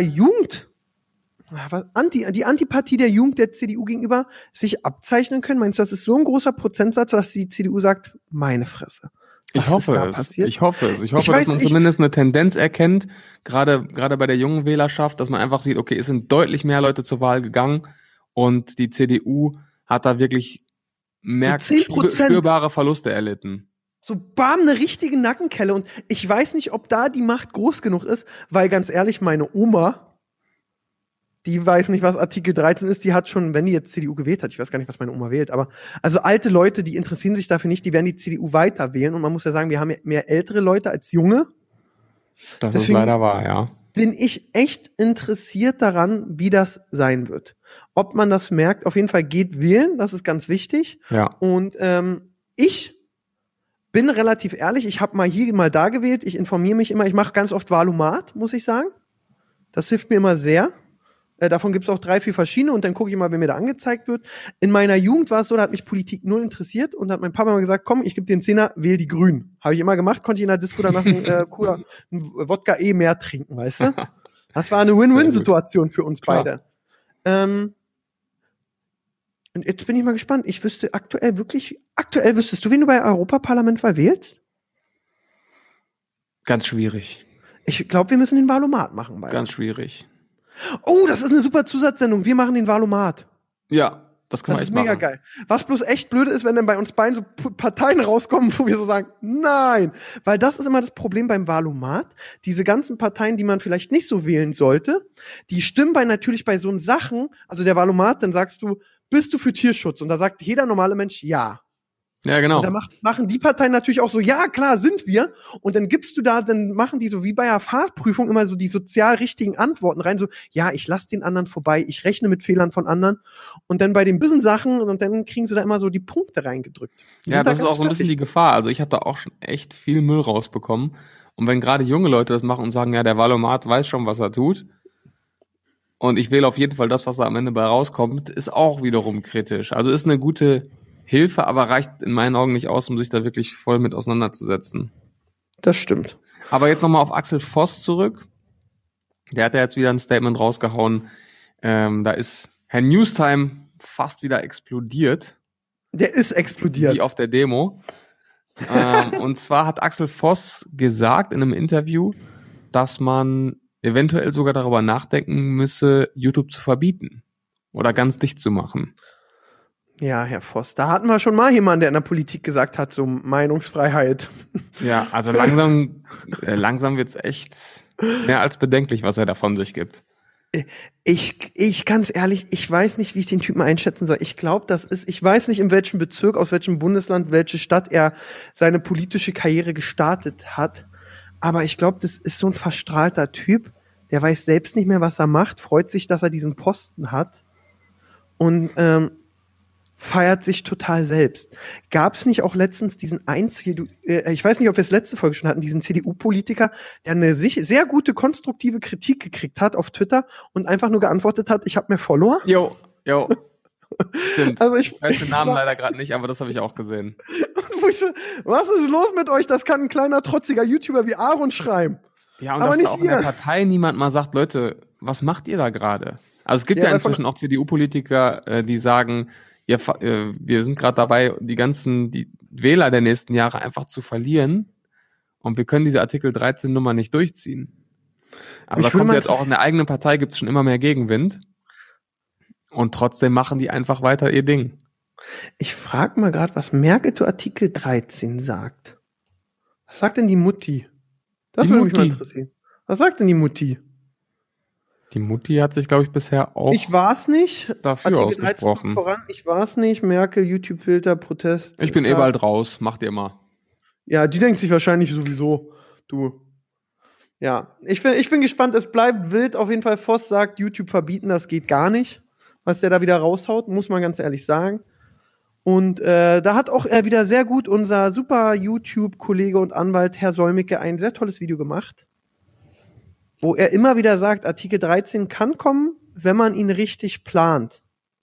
die Antipathie der Jugend der CDU gegenüber sich abzeichnen können? Meinst du, das ist so ein großer Prozentsatz, dass die CDU sagt, meine Fresse? Ich hoffe, dass man zumindest eine Tendenz erkennt, gerade bei der jungen Wählerschaft, dass man einfach sieht, okay, es sind deutlich mehr Leute zur Wahl gegangen und die CDU hat da wirklich spürbare Verluste erlitten. So bam, eine richtige Nackenkelle. Und ich weiß nicht, ob da die Macht groß genug ist, weil ganz ehrlich, meine Oma, die weiß nicht, was Artikel 13 ist, die hat schon, wenn die jetzt CDU gewählt hat, ich weiß gar nicht, was meine Oma wählt, aber also alte Leute, die interessieren sich dafür nicht, die werden die CDU weiter wählen. Und man muss ja sagen, wir haben ja mehr ältere Leute als junge. Das ist leider wahr, ja. Bin ich echt interessiert daran, wie das sein wird. Ob man das merkt, auf jeden Fall geht wählen, das ist ganz wichtig. Ja. Und ich bin relativ ehrlich, ich habe mal hier, mal da gewählt, ich informiere mich immer, ich mache ganz oft Wahlomat, muss ich sagen. Das hilft mir immer sehr. Davon gibt es auch 3, 4 verschiedene und dann gucke ich mal, wer mir da angezeigt wird. In meiner Jugend war es so, da hat mich Politik null interessiert und hat mein Papa immer gesagt, komm, ich gebe dir einen Zehner, wähl die Grünen. Habe ich immer gemacht, konnte ich in der Disco danach einen Wodka mehr trinken, weißt du? Das war eine Win-Win-Situation für uns beide. Und jetzt bin ich mal gespannt. Ich wüsste aktuell wüsstest du, wen du bei Europaparlamentwahl wählst? Ganz schwierig. Ich glaube, wir müssen den Wahlomat machen. Ganz schwierig. Oh, das ist eine super Zusatzsendung. Wir machen den Wahlomat. Ja, das kann man echt machen. Das ist mega geil. Was bloß echt blöd ist, wenn dann bei uns beiden so Parteien rauskommen, wo wir so sagen, nein. Weil das ist immer das Problem beim Wahlomat. Diese ganzen Parteien, die man vielleicht nicht so wählen sollte, die stimmen natürlich bei so Sachen, also der Wahlomat, dann sagst du, bist du für Tierschutz? Und da sagt jeder normale Mensch ja. Ja, genau. Und da machen die Parteien natürlich auch so, ja, klar, sind wir. Und dann dann machen die so wie bei einer Fahrprüfung immer so die sozial richtigen Antworten rein, so, ja, ich lasse den anderen vorbei, ich rechne mit Fehlern von anderen. Und dann bei den bösen Sachen, und dann kriegen sie da immer so die Punkte reingedrückt. Ja, das ist auch so ein bisschen die Gefahr. Also ich habe da auch schon echt viel Müll rausbekommen. Und wenn gerade junge Leute das machen und sagen, ja, der Valomat weiß schon, was er tut, und ich wähle auf jeden Fall das, was da am Ende bei rauskommt, ist auch wiederum kritisch. Also ist eine gute Hilfe, aber reicht in meinen Augen nicht aus, um sich da wirklich voll mit auseinanderzusetzen. Das stimmt. Aber jetzt nochmal auf Axel Voss zurück. Der hat ja jetzt wieder ein Statement rausgehauen. Da ist Herr Newstime fast wieder explodiert. Der ist explodiert. Wie auf der Demo. Und zwar hat Axel Voss gesagt in einem Interview, dass man eventuell sogar darüber nachdenken müsse, YouTube zu verbieten oder ganz dicht zu machen. Ja, Herr Voss, da hatten wir schon mal jemanden, der in der Politik gesagt hat, so Meinungsfreiheit. Ja, also langsam wird's echt mehr als bedenklich, was er da von sich gibt. Ich ganz ehrlich, ich weiß nicht, wie ich den Typen einschätzen soll. Ich glaube, ich weiß nicht, in welchem Bezirk, aus welchem Bundesland, welche Stadt er seine politische Karriere gestartet hat. Aber ich glaube, das ist so ein verstrahlter Typ, der weiß selbst nicht mehr, was er macht, freut sich, dass er diesen Posten hat und feiert sich total selbst. Gab es nicht auch letztens diesen ich weiß nicht, ob wir es letzte Folge schon hatten, diesen CDU-Politiker, der eine sehr gute, konstruktive Kritik gekriegt hat auf Twitter und einfach nur geantwortet hat, ich habe mehr Follower? Jo. Stimmt. Also ich weiß den Namen leider gerade nicht, aber das habe ich auch gesehen. Was ist los mit euch? Das kann ein kleiner, trotziger YouTuber wie Aaron schreiben. Ja, und aber dass nicht da auch in der Partei niemand mal sagt, Leute, was macht ihr da gerade? Also es gibt ja inzwischen auch CDU-Politiker, die sagen, ja, wir sind gerade dabei, die Wähler der nächsten Jahre einfach zu verlieren und wir können diese Artikel 13-Nummer nicht durchziehen. Aber da kommt jetzt auch in der eigenen Partei, gibt es schon immer mehr Gegenwind und trotzdem machen die einfach weiter ihr Ding. Ich frage mal gerade, was Merkel zu Artikel 13 sagt. Was sagt denn die Mutti? Das würde mich mal interessieren. Was sagt denn die Mutti? Die Mutti hat sich, glaube ich, bisher auch ich war's nicht. Dafür Artikel ausgesprochen. Voran. Ich war's nicht. Merkel, YouTube-Filter, Protest. Ich bin bald raus. Macht ihr mal. Ja, die denkt sich wahrscheinlich sowieso, du. Ja, ich bin gespannt. Es bleibt wild. Auf jeden Fall, Voss sagt, YouTube verbieten, das geht gar nicht. Was der da wieder raushaut, muss man ganz ehrlich sagen. Und da hat auch wieder sehr gut unser super YouTube-Kollege und Anwalt Herr Solmecke ein sehr tolles Video gemacht, wo er immer wieder sagt, Artikel 13 kann kommen, wenn man ihn richtig plant.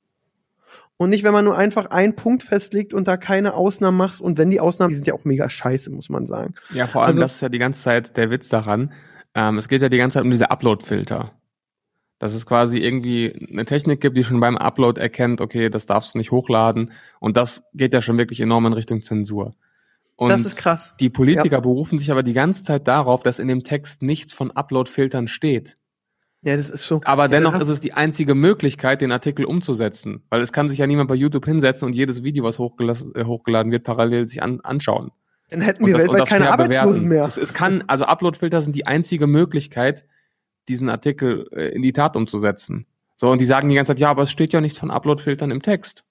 Und nicht, wenn man nur einfach einen Punkt festlegt und da keine Ausnahmen macht. Und wenn die Ausnahmen, die sind ja auch mega scheiße, muss man sagen. Ja, vor allem, das ist ja die ganze Zeit der Witz daran. Es geht ja die ganze Zeit um diese Upload-Filter. Dass es quasi irgendwie eine Technik gibt, die schon beim Upload erkennt, okay, das darfst du nicht hochladen. Und das geht ja schon wirklich enorm in Richtung Zensur. Und das ist krass. Die Politiker berufen sich aber die ganze Zeit darauf, dass in dem Text nichts von Upload-Filtern steht. Ja, das ist so. Aber dennoch ist es die einzige Möglichkeit, den Artikel umzusetzen. Weil es kann sich ja niemand bei YouTube hinsetzen und jedes Video, was hochgeladen wird, parallel sich anschauen. Dann hätten wir weltweit keine Arbeitslosen mehr. Also Upload-Filter sind die einzige Möglichkeit, diesen Artikel in die Tat umzusetzen. So, und die sagen die ganze Zeit, ja, aber es steht ja nichts von Upload-Filtern im Text.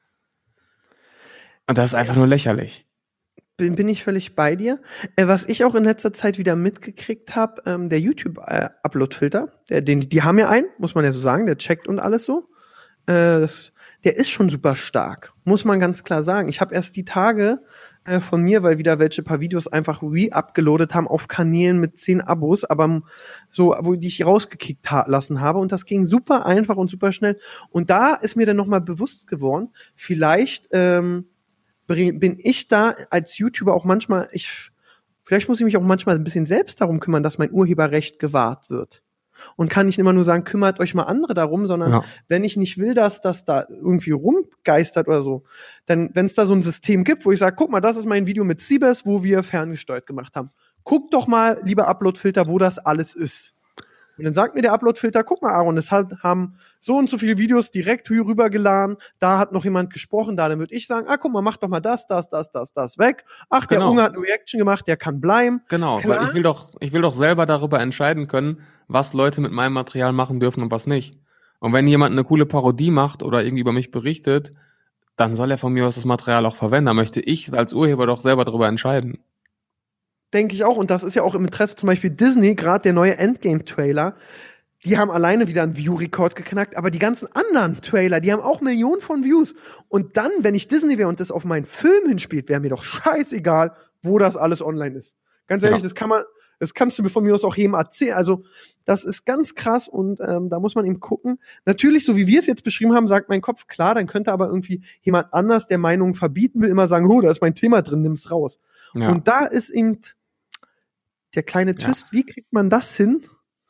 Und das ist einfach nur lächerlich. Bin ich völlig bei dir. Was ich auch in letzter Zeit wieder mitgekriegt habe, der YouTube-Upload-Filter, die haben ja einen, muss man ja so sagen, der checkt und alles so. Der ist schon super stark, muss man ganz klar sagen. Ich habe erst die Tage von mir, weil wieder welche paar Videos einfach re-upgeloadet haben auf Kanälen mit 10 Abos, aber so, wo die ich rausgekickt lassen habe. Und das ging super einfach und super schnell. Und da ist mir dann nochmal bewusst geworden, vielleicht bin ich da als YouTuber auch manchmal, vielleicht muss ich mich auch manchmal ein bisschen selbst darum kümmern, dass mein Urheberrecht gewahrt wird. Und kann nicht immer nur sagen, kümmert euch mal andere darum, sondern wenn ich nicht will, dass das da irgendwie rumgeistert oder so, dann, wenn es da so ein System gibt, wo ich sage, guck mal, das ist mein Video mit Siebes, wo wir ferngesteuert gemacht haben. Guck doch mal, lieber Upload-Filter, wo das alles ist. Und dann sagt mir der Upload-Filter, guck mal, Aaron, es haben so und so viele Videos direkt hier rübergeladen, da hat noch jemand gesprochen, dann würde ich sagen, guck mal, mach doch mal das weg. Ach, der Unge hat eine Reaction gemacht, der kann bleiben. Genau, Klar. weil ich will doch selber darüber entscheiden können, was Leute mit meinem Material machen dürfen und was nicht. Und wenn jemand eine coole Parodie macht oder irgendwie über mich berichtet, dann soll er von mir aus das Material auch verwenden. Da möchte ich als Urheber doch selber darüber entscheiden. Denke ich auch. Und das ist ja auch im Interesse zum Beispiel Disney, gerade der neue Endgame-Trailer. Die haben alleine wieder einen View-Rekord geknackt, aber die ganzen anderen Trailer, die haben auch Millionen von Views. Und dann, wenn ich Disney wäre und das auf meinen Film hinspielt, wäre mir doch scheißegal, wo das alles online ist. Ganz ehrlich, das kannst du mir von mir aus auch jedem erzählen. Also, das ist ganz krass und da muss man eben gucken. Natürlich, so wie wir es jetzt beschrieben haben, sagt mein Kopf, klar, dann könnte aber irgendwie jemand anders, der Meinungen verbieten will, immer sagen, da ist mein Thema drin, nimm's raus. Ja. Und da ist eben der kleine Twist, wie kriegt man das hin?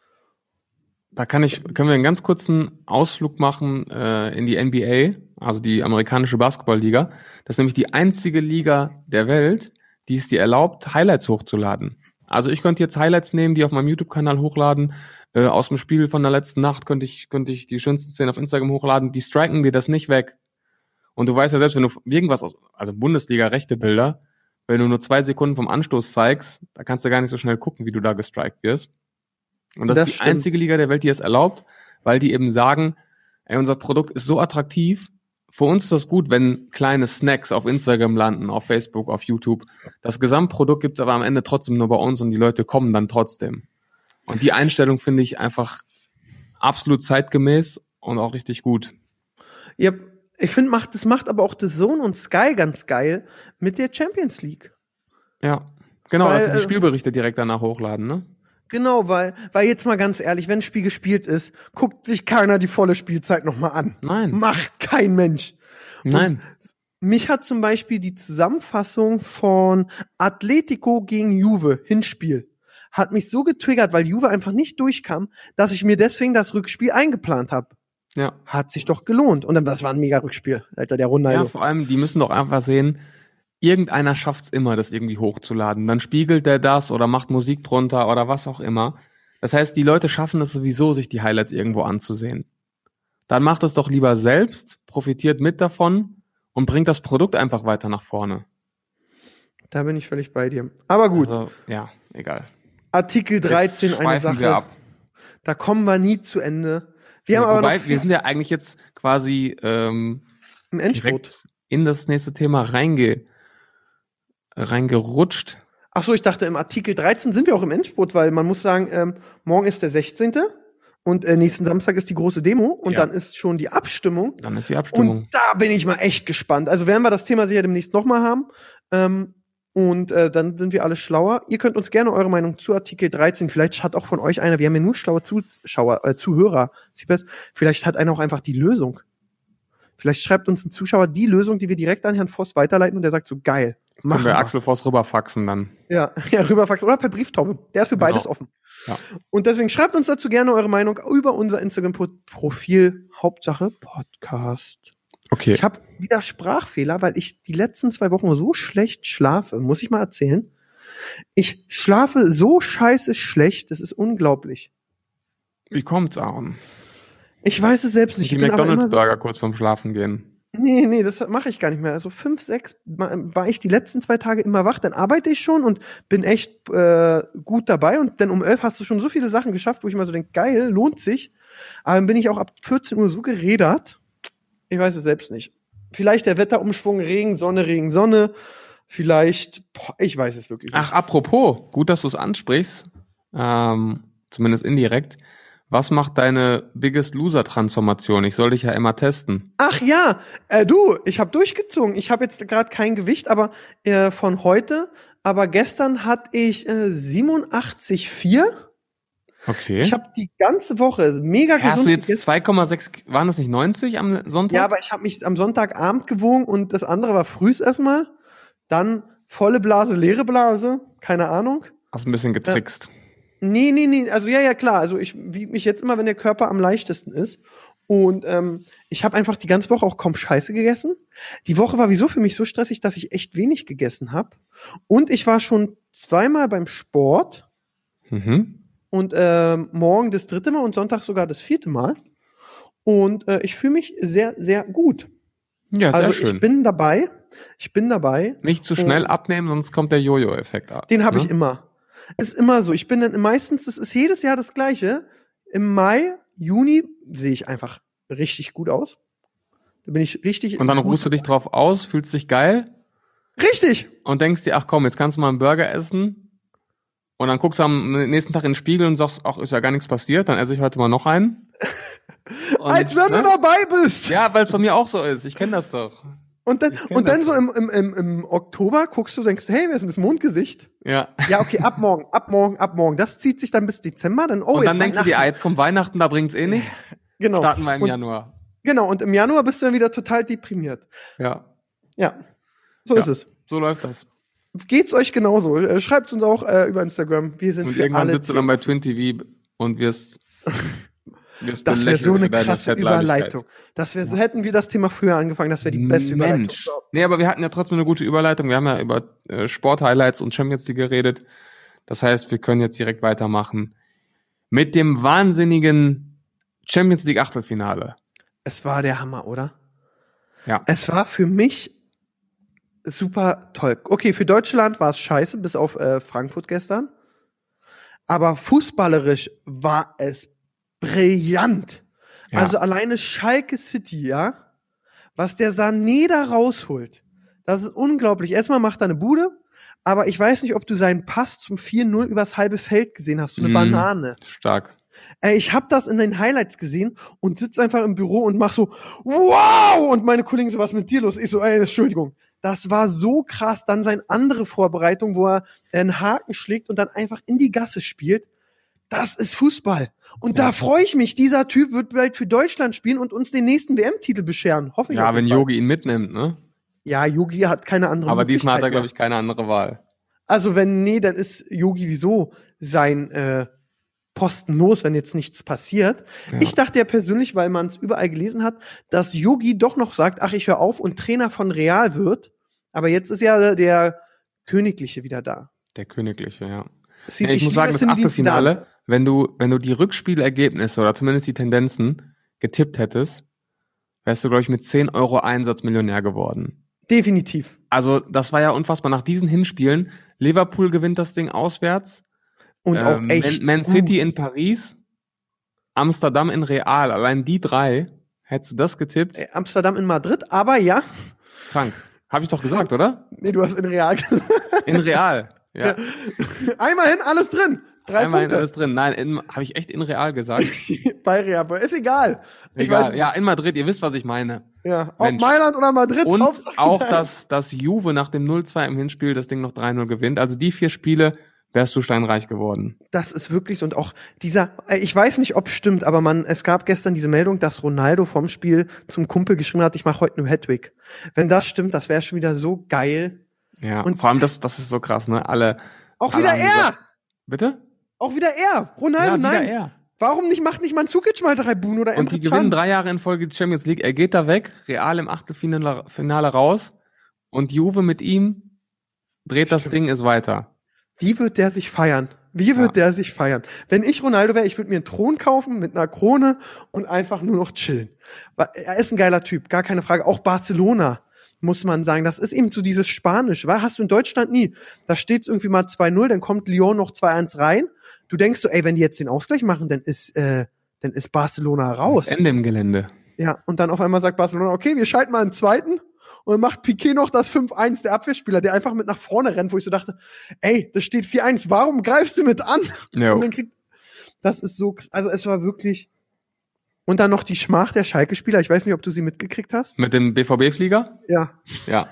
Da können wir einen ganz kurzen Ausflug machen in die NBA, also die amerikanische Basketballliga. Das ist nämlich die einzige Liga der Welt, die es dir erlaubt, Highlights hochzuladen. Also ich könnte jetzt Highlights nehmen, die auf meinem YouTube-Kanal hochladen. Aus dem Spiel von der letzten Nacht könnte ich die schönsten Szenen auf Instagram hochladen. Die striken dir das nicht weg. Und du weißt ja selbst, wenn du irgendwas, also Bundesliga-rechte Bilder, wenn du nur 2 Sekunden vom Anstoß zeigst, da kannst du gar nicht so schnell gucken, wie du da gestrikt wirst. Und das ist die einzige Liga der Welt, die es erlaubt, weil die eben sagen, unser Produkt ist so attraktiv. Für uns ist das gut, wenn kleine Snacks auf Instagram landen, auf Facebook, auf YouTube. Das Gesamtprodukt gibt's aber am Ende trotzdem nur bei uns und die Leute kommen dann trotzdem. Und die Einstellung finde ich einfach absolut zeitgemäß und auch richtig gut. Ja, ich finde, das macht aber auch The Zone und Sky ganz geil mit der Champions League. Ja, genau, dass sie die Spielberichte direkt danach hochladen, ne? Genau, weil jetzt mal ganz ehrlich, wenn ein Spiel gespielt ist, guckt sich keiner die volle Spielzeit nochmal an. Nein. Macht kein Mensch. Nein. Und mich hat zum Beispiel die Zusammenfassung von Atletico gegen Juve, Hinspiel, hat mich so getriggert, weil Juve einfach nicht durchkam, dass ich mir deswegen das Rückspiel eingeplant habe. Ja. Hat sich doch gelohnt. Und dann, das war ein mega Rückspiel, Alter, der Ronaldo. Ja, vor allem, die müssen doch einfach sehen, irgendeiner schafft's immer, das irgendwie hochzuladen. Dann spiegelt der das oder macht Musik drunter oder was auch immer. Das heißt, die Leute schaffen es sowieso, sich die Highlights irgendwo anzusehen. Dann macht es doch lieber selbst, profitiert mit davon und bringt das Produkt einfach weiter nach vorne. Da bin ich völlig bei dir. Aber gut. Also, ja, egal. Artikel 13, jetzt eine Sache. Wir ab. Da kommen wir nie zu Ende. Wir haben Wobei, aber noch wir sind ja eigentlich jetzt quasi im Endspurt in das nächste Thema reingerutscht. Ach so, ich dachte, im Artikel 13 sind wir auch im Endspurt, weil man muss sagen, morgen ist der 16. und nächsten Samstag ist die große Demo und dann ist schon die Abstimmung. Dann ist die Abstimmung. Und da bin ich mal echt gespannt. Also werden wir das Thema sicher demnächst nochmal haben. Und dann sind wir alle schlauer. Ihr könnt uns gerne eure Meinung zu Artikel 13, vielleicht hat auch von euch einer, wir haben ja nur schlaue Zuhörer, vielleicht hat einer auch einfach die Lösung. Vielleicht schreibt uns ein Zuschauer die Lösung, die wir direkt an Herrn Voss weiterleiten und der sagt so, geil. Können wir Axel Voss rüberfaxen dann. Ja, rüberfaxen oder per Brieftaube. Der ist für beides offen. Ja. Und deswegen schreibt uns dazu gerne eure Meinung über unser Instagram-Profil, Hauptsache Podcast. Okay. Ich habe wieder Sprachfehler, weil ich die letzten 2 Wochen so schlecht schlafe, muss ich mal erzählen. Ich schlafe so scheiße schlecht, das ist unglaublich. Wie kommt's, Aaron? Ich weiß es selbst nicht. Die McDonald's-Burger kurz vorm Schlafen gehen. Nee, das mache ich gar nicht mehr. Also 5, 6 war ich die letzten 2 Tage immer wach, dann arbeite ich schon und bin echt gut dabei und dann um 11 hast du schon so viele Sachen geschafft, wo ich immer so denke, geil, lohnt sich. Aber dann bin ich auch ab 14 Uhr so gerädert, ich weiß es selbst nicht. Vielleicht der Wetterumschwung, Regen, Sonne, vielleicht, ich weiß es wirklich nicht. Ach, apropos, gut, dass du es ansprichst, zumindest indirekt. Was macht deine Biggest Loser-Transformation? Ich soll dich ja immer testen. Ach ja, ich habe durchgezogen. Ich habe jetzt gerade kein Gewicht, aber von heute. Aber gestern hatte ich 87,4. Okay. Ich habe die ganze Woche mega gesund. Hast du jetzt 2,6, waren das nicht 90 am Sonntag? Ja, aber ich habe mich am Sonntagabend gewogen und das andere war frühs erstmal. Dann volle Blase, leere Blase, keine Ahnung. Hast ein bisschen getrickst. Nee. Also ja, klar. Also ich wiege mich jetzt immer, wenn der Körper am leichtesten ist. Und ich habe einfach die ganze Woche auch kaum Scheiße gegessen. Die Woche war wieso für mich so stressig, dass ich echt wenig gegessen habe. Und ich war schon 2-mal beim Sport. Mhm. Und morgen das 3. Mal und Sonntag sogar das 4. Mal. Und ich fühle mich sehr, sehr gut. Ja, sehr also schön. Ich bin dabei. Nicht zu schnell abnehmen, sonst kommt der Jojo-Effekt ab. Den habe ich immer. Ist immer so. Ich bin dann meistens, es ist jedes Jahr das Gleiche. Im Mai, Juni sehe ich einfach richtig gut aus. Da bin ich richtig. Und dann ruhst du dich drauf aus, fühlst dich geil. Richtig! Und denkst dir, ach komm, jetzt kannst du mal einen Burger essen. Und dann guckst du am nächsten Tag in den Spiegel und sagst, ach, ist ja gar nichts passiert, dann esse ich heute mal noch einen. Und, als wenn du dabei bist! Ja, weil es bei mir auch so ist. Ich kenne das doch. Und dann so im Oktober guckst du, denkst, hey, wer ist denn das Mondgesicht? Ja. Ja, okay, ab morgen. Das zieht sich dann bis Dezember, dann, und dann denkst du dir, jetzt kommt Weihnachten, da bringt's eh nichts. Genau. Starten wir im Januar. Genau, und im Januar bist du dann wieder total deprimiert. Ja. Ja, so ist es. So läuft das. Geht's euch genauso? Schreibt uns auch über Instagram. Wir sind und für irgendwann alle sitzt du dann bei Twin TV und wirst das wäre so eine für deine krasse Fettleibigkeit. Überleitung. Das wäre so, hätten wir das Thema früher angefangen, das wäre die beste Überleitung. Mensch. Nee, aber wir hatten ja trotzdem eine gute Überleitung. Wir haben ja über Sport-Highlights und Champions League geredet. Das heißt, wir können jetzt direkt weitermachen mit dem wahnsinnigen Champions League Achtelfinale. Es war der Hammer, oder? Ja. Es war für mich super toll. Okay, für Deutschland war es scheiße, bis auf Frankfurt gestern. Aber fußballerisch war es brillant. Ja. Also alleine Schalke City, ja, was der Sané da rausholt, das ist unglaublich. Erstmal macht er eine Bude, aber ich weiß nicht, ob du seinen Pass zum 4-0 übers halbe Feld gesehen hast, so eine Banane. Stark. Ich habe das in den Highlights gesehen und sitz einfach im Büro und mach so, wow! Und meine Kollegen so, was ist mit dir los? Ich so, Entschuldigung. Das war so krass. Dann seine andere Vorbereitung, wo er einen Haken schlägt und dann einfach in die Gasse spielt. Das ist Fußball. Und da freue ich mich. Dieser Typ wird bald für Deutschland spielen und uns den nächsten WM-Titel bescheren. Hoffe ich. Ja, wenn Yogi ihn mitnimmt, ne? Ja, Yogi hat keine andere Aber Möglichkeit diesmal hat er, mehr. glaube ich, keine andere Wahl. Also dann ist Yogi wieso sein Posten los, wenn jetzt nichts passiert. Ja. Ich dachte ja persönlich, weil man es überall gelesen hat, dass Yogi doch noch sagt, ach, ich höre auf und Trainer von Real wird. Aber jetzt ist ja der Königliche wieder da. Der Königliche, ja. Ich muss sagen, das Achtelfinale, wenn du die Rückspielergebnisse oder zumindest die Tendenzen getippt hättest, wärst du, glaube ich, mit 10 Euro Einsatz Millionär geworden. Definitiv. Also, das war ja unfassbar. Nach diesen Hinspielen, Liverpool gewinnt das Ding auswärts. Und auch echt Man City in Paris, Amsterdam in Real. Allein die 3, hättest du das getippt? Amsterdam in Madrid, aber ja. Krank. Habe ich doch gesagt, oder? Nee, du hast in Real gesagt. In Real, ja. Einmal hin, alles drin. 3 Einmal Punkte. alles drin. Nein, habe ich echt in Real gesagt? Bei Real, ist egal. Ich Egal. weiß, Ja, in Madrid, ihr wisst, was ich meine. ja, ob Mensch. Mailand oder Madrid. Und Hauptsache auch, geil. dass Juve nach dem 0-2 im Hinspiel das Ding noch 3-0 gewinnt. Also die 4 Spiele wärst du steinreich geworden. Das ist wirklich so. Und auch ich weiß nicht, ob es stimmt, aber es gab gestern diese Meldung, dass Ronaldo vom Spiel zum Kumpel geschrieben hat, ich mache heute einen Hattrick. Wenn das stimmt, das wäre schon wieder so geil. Ja, Und vor allem das ist so krass, ne? Alle Auch alle wieder haben er! gesagt- Bitte? Auch wieder er! Ronaldo, Ja, wieder nein! er. Warum macht nicht Mandzukic mal 3 Buden oder Und die Emre gewinnen Can? 3 Jahre in Folge die Champions League. Er geht da weg, Real im Achtelfinale raus. Und Juve mit ihm dreht das Ding, ist weiter. Wie wird der sich feiern? Wenn ich Ronaldo wäre, ich würde mir einen Thron kaufen mit einer Krone und einfach nur noch chillen. Er ist ein geiler Typ, gar keine Frage. Auch Barcelona, muss man sagen. Das ist eben so dieses Spanisch. Hast du in Deutschland nie. Da steht's irgendwie mal 2-0, dann kommt Lyon noch 2-1 rein. Du denkst so, wenn die jetzt den Ausgleich machen, dann ist Barcelona raus. Das Ende im Gelände. Ja, und dann auf einmal sagt Barcelona, okay, wir schalten mal einen zweiten. Und dann macht Piqué noch das 5-1, der Abwehrspieler, der einfach mit nach vorne rennt, wo ich so dachte, das steht 4-1, warum greifst du mit an? Jo. Und dann das ist so, also es war wirklich, und dann noch die Schmach der Schalke-Spieler, ich weiß nicht, ob du sie mitgekriegt hast. Mit dem BVB-Flieger? Ja, Ja.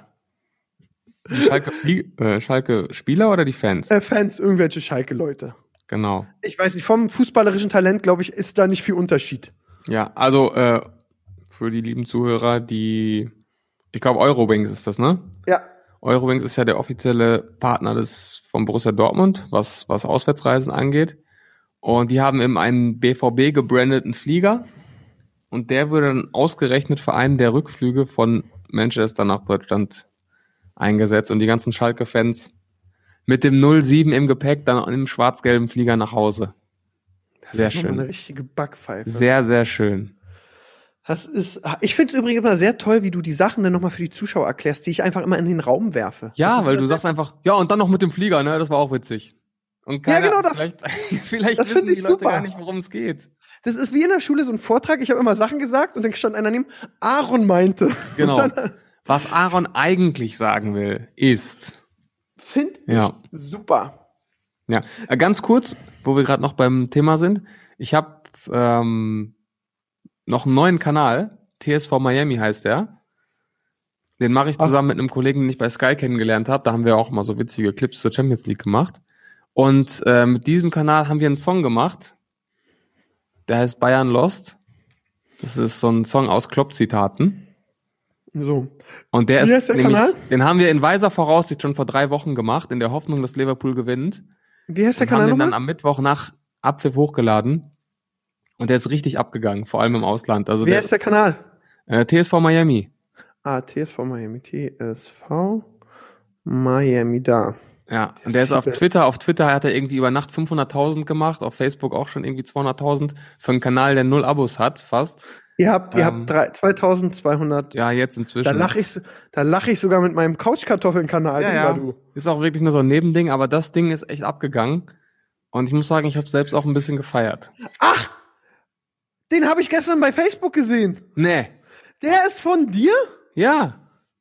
Die Schalke-Spieler oder die Fans? Fans, irgendwelche Schalke-Leute. Genau. Ich weiß nicht, vom fußballerischen Talent, glaube ich, ist da nicht viel Unterschied. Ja, also für die lieben Zuhörer, ich glaube Eurowings ist das, ne? Ja. Eurowings ist ja der offizielle Partner von Borussia Dortmund, was Auswärtsreisen angeht. Und die haben eben einen BVB gebrandeten Flieger. Und der würde dann ausgerechnet für einen der Rückflüge von Manchester nach Deutschland eingesetzt. Und die ganzen Schalke-Fans mit dem 07 im Gepäck dann im schwarz-gelben Flieger nach Hause. Sehr Das ist nochmal schön. eine richtige Backpfeife. Sehr, sehr schön. Ich finde es übrigens immer sehr toll, wie du die Sachen dann nochmal für die Zuschauer erklärst, die ich einfach immer in den Raum werfe. Ja, weil du sagst einfach, ja, und dann noch mit dem Flieger, ne, das war auch witzig. Und Ja, genau, vielleicht das wissen find die ich Leute super. gar nicht, worum es geht. Das ist wie in der Schule so ein Vortrag. Ich habe immer Sachen gesagt und dann stand einer neben, Aaron meinte. Genau. Und dann, Was Aaron eigentlich sagen will, ist. finde ich super. Ja, ganz kurz, wo wir gerade noch beim Thema sind. Ich habe noch einen neuen Kanal. TSV Miami heißt der. Den mache ich zusammen mit einem Kollegen, den ich bei Sky kennengelernt habe. Da haben wir auch mal so witzige Clips zur Champions League gemacht. Und mit diesem Kanal haben wir einen Song gemacht. Der heißt Bayern Lost. Das ist so ein Song aus Klopp-Zitaten. So. Und der Wie ist heißt der nämlich, Kanal? den haben wir in weiser Voraussicht schon vor 3 Wochen gemacht, in der Hoffnung, dass Liverpool gewinnt. Wie heißt der Und haben Kanal den dann nochmal? am Mittwoch nach Abpfiff hochgeladen. Und der ist richtig abgegangen, vor allem im Ausland. Also Wie heißt der Kanal? TSV Miami. TSV Miami. TSV Miami, da. Ja, und der ist auf Twitter. Auf Twitter hat er irgendwie über Nacht 500.000 gemacht, auf Facebook auch schon irgendwie 200.000 für einen Kanal, der 0 Abos hat, fast. Ihr habt 2200. Ja, jetzt inzwischen. Da lach ich sogar mit meinem Couchkartoffeln-Kanal drüber, du. Ist auch wirklich nur so ein Nebending, aber das Ding ist echt abgegangen. Und ich muss sagen, ich habe selbst auch ein bisschen gefeiert. Ach! Den habe ich gestern bei Facebook gesehen. Nee. Der ist von dir? Ja,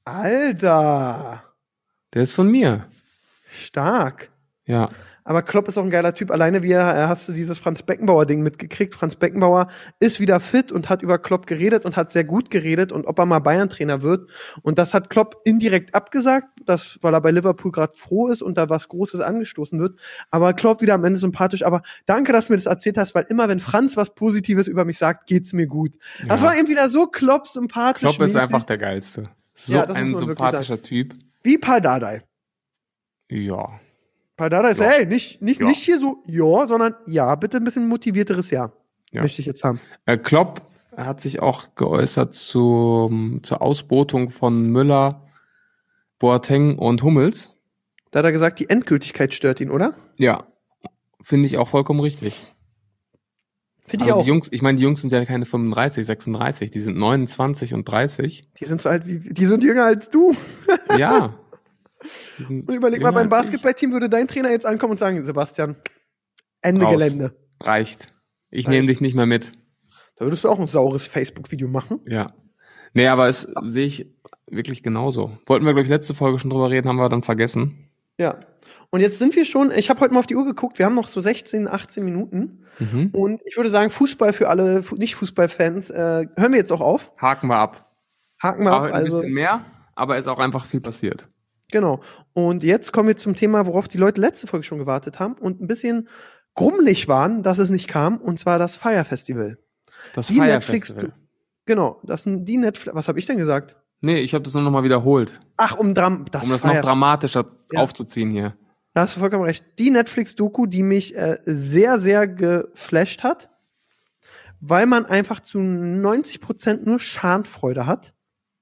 Alter. der ist von mir. Stark. Ja. Aber Klopp ist auch ein geiler Typ. Alleine hast du dieses Franz Beckenbauer-Ding mitgekriegt. Franz Beckenbauer ist wieder fit und hat über Klopp geredet und hat sehr gut geredet und ob er mal Bayern-Trainer wird. Und das hat Klopp indirekt abgesagt, weil er bei Liverpool gerade froh ist und da was Großes angestoßen wird. Aber Klopp wieder am Ende sympathisch. Aber danke, dass du mir das erzählt hast, weil immer, wenn Franz was Positives über mich sagt, geht's mir gut. Ja. Das war eben wieder so Klopp sympathisch. Klopp ist mäßig. einfach der Geilste. So Ja, das ein muss man wirklich sympathischer Typ. Wie Paul Dardai. Ja. Paul Dardai ist, Ja. hey, nicht hier so, ja, sondern ja, bitte ein bisschen motivierteres Ja. Ja. Möchte ich jetzt haben. Klopp hat sich auch geäußert zur Ausbotung von Müller, Boateng und Hummels. Da hat er gesagt, die Endgültigkeit stört ihn, oder? Ja, finde ich auch vollkommen richtig. Finde ich Also auch. die Jungs sind ja keine 35, 36, die sind 29 und 30. Die sind so alt die sind jünger als du. Ja. Und überleg mal, beim Basketballteam würde dein Trainer jetzt ankommen und sagen, Sebastian, Ende Raus. Gelände. Reicht. Ich Reicht. nehme dich nicht mehr mit. Da würdest du auch ein saures Facebook-Video machen. Ja. Nee, aber es sehe ich wirklich genauso. Wollten wir, glaube ich, letzte Folge schon drüber reden, haben wir dann vergessen. Ja. Und jetzt sind wir schon, ich habe heute mal auf die Uhr geguckt, wir haben noch so 16, 18 Minuten. Mhm. Und ich würde sagen, Fußball für alle Nicht-Fußball-Fans, hören wir jetzt auch auf. Haken wir ab. Haken wir Aber ab. ein Also, bisschen mehr, aber ist auch einfach viel passiert. genau. Und jetzt kommen wir zum Thema, worauf die Leute letzte Folge schon gewartet haben und ein bisschen grummelig waren, dass es nicht kam, und zwar das Fire Festival. Das Die Fire Netflix- Festival. Genau, die Netflix, was habe ich denn gesagt? Nee, ich habe das nur noch mal wiederholt, Ach, um das um das noch Fire- dramatischer Ja. aufzuziehen hier. Da hast du vollkommen recht. Die Netflix-Doku, die mich sehr, sehr geflasht hat, weil man einfach zu 90% nur Schadenfreude hat.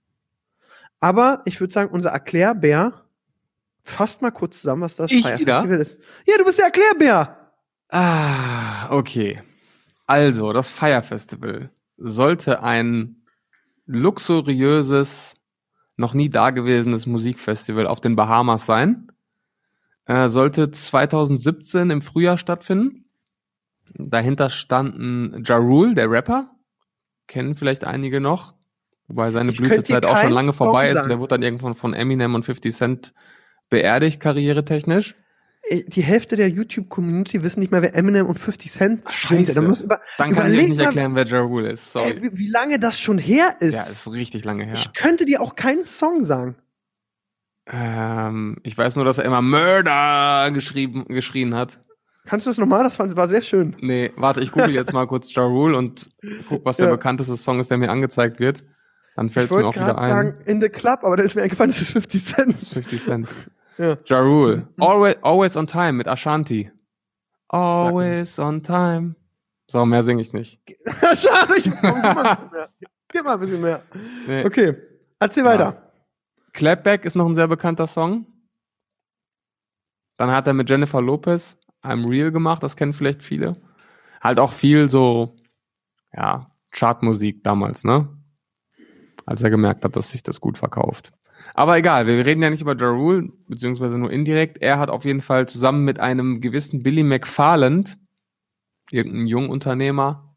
Aber ich würde sagen, unser Erklärbär fasst mal kurz zusammen, was das Ich Fire wieder? Festival ist. Ja, du bist der Erklärbär. Okay. Also, das Fire Festival sollte ein luxuriöses, noch nie dagewesenes Musikfestival auf den Bahamas sein. Sollte 2017 im Frühjahr stattfinden. Dahinter standen Ja Rule, der Rapper. Kennen vielleicht einige noch. Wobei seine Ich könnte Blütezeit dir auch schon keinen lange Song vorbei ist. sagen. Und der wurde dann irgendwann von Eminem und 50 Cent beerdigt, karrieretechnisch. Die Hälfte der YouTube-Community wissen nicht mehr, wer Eminem und 50 Cent Scheiße. sind. Da muss Dann kann ich überleg euch nicht mal, erklären, wer Ja Rule ist. Sorry. wie lange das schon her ist. Ja, ist richtig lange her. Ich könnte dir auch keinen Song sagen. Ich weiß nur, dass er immer Murder geschrien hat. Kannst du das nochmal? Das war sehr schön. Nee, warte, ich google jetzt mal kurz Ja Rule und guck, was der Ja. bekannteste Song ist, der mir angezeigt wird. Dann fällt Ich es mir wollte auch wieder gerade ein. sagen, In the Club, aber da ist mir eingefallen, das ist 50 Cent. Das ist 50 Cent. Ja. Ja Rule. Always on Time mit Ashanti. Always on Time. So, mehr singe ich nicht. Schade, gib mal ein bisschen mehr. Gib mal ein bisschen mehr. Nee. Okay, erzähl weiter. Clapback ist noch ein sehr bekannter Song. Dann hat er mit Jennifer Lopez I'm Real gemacht, das kennen vielleicht viele. Halt auch viel so, ja, Chartmusik damals, ne? Als er gemerkt hat, dass sich das gut verkauft. Aber egal, wir reden ja nicht über Ja Rule, beziehungsweise nur indirekt. Er hat auf jeden Fall zusammen mit einem gewissen Billy McFarland, irgendein Jungunternehmer,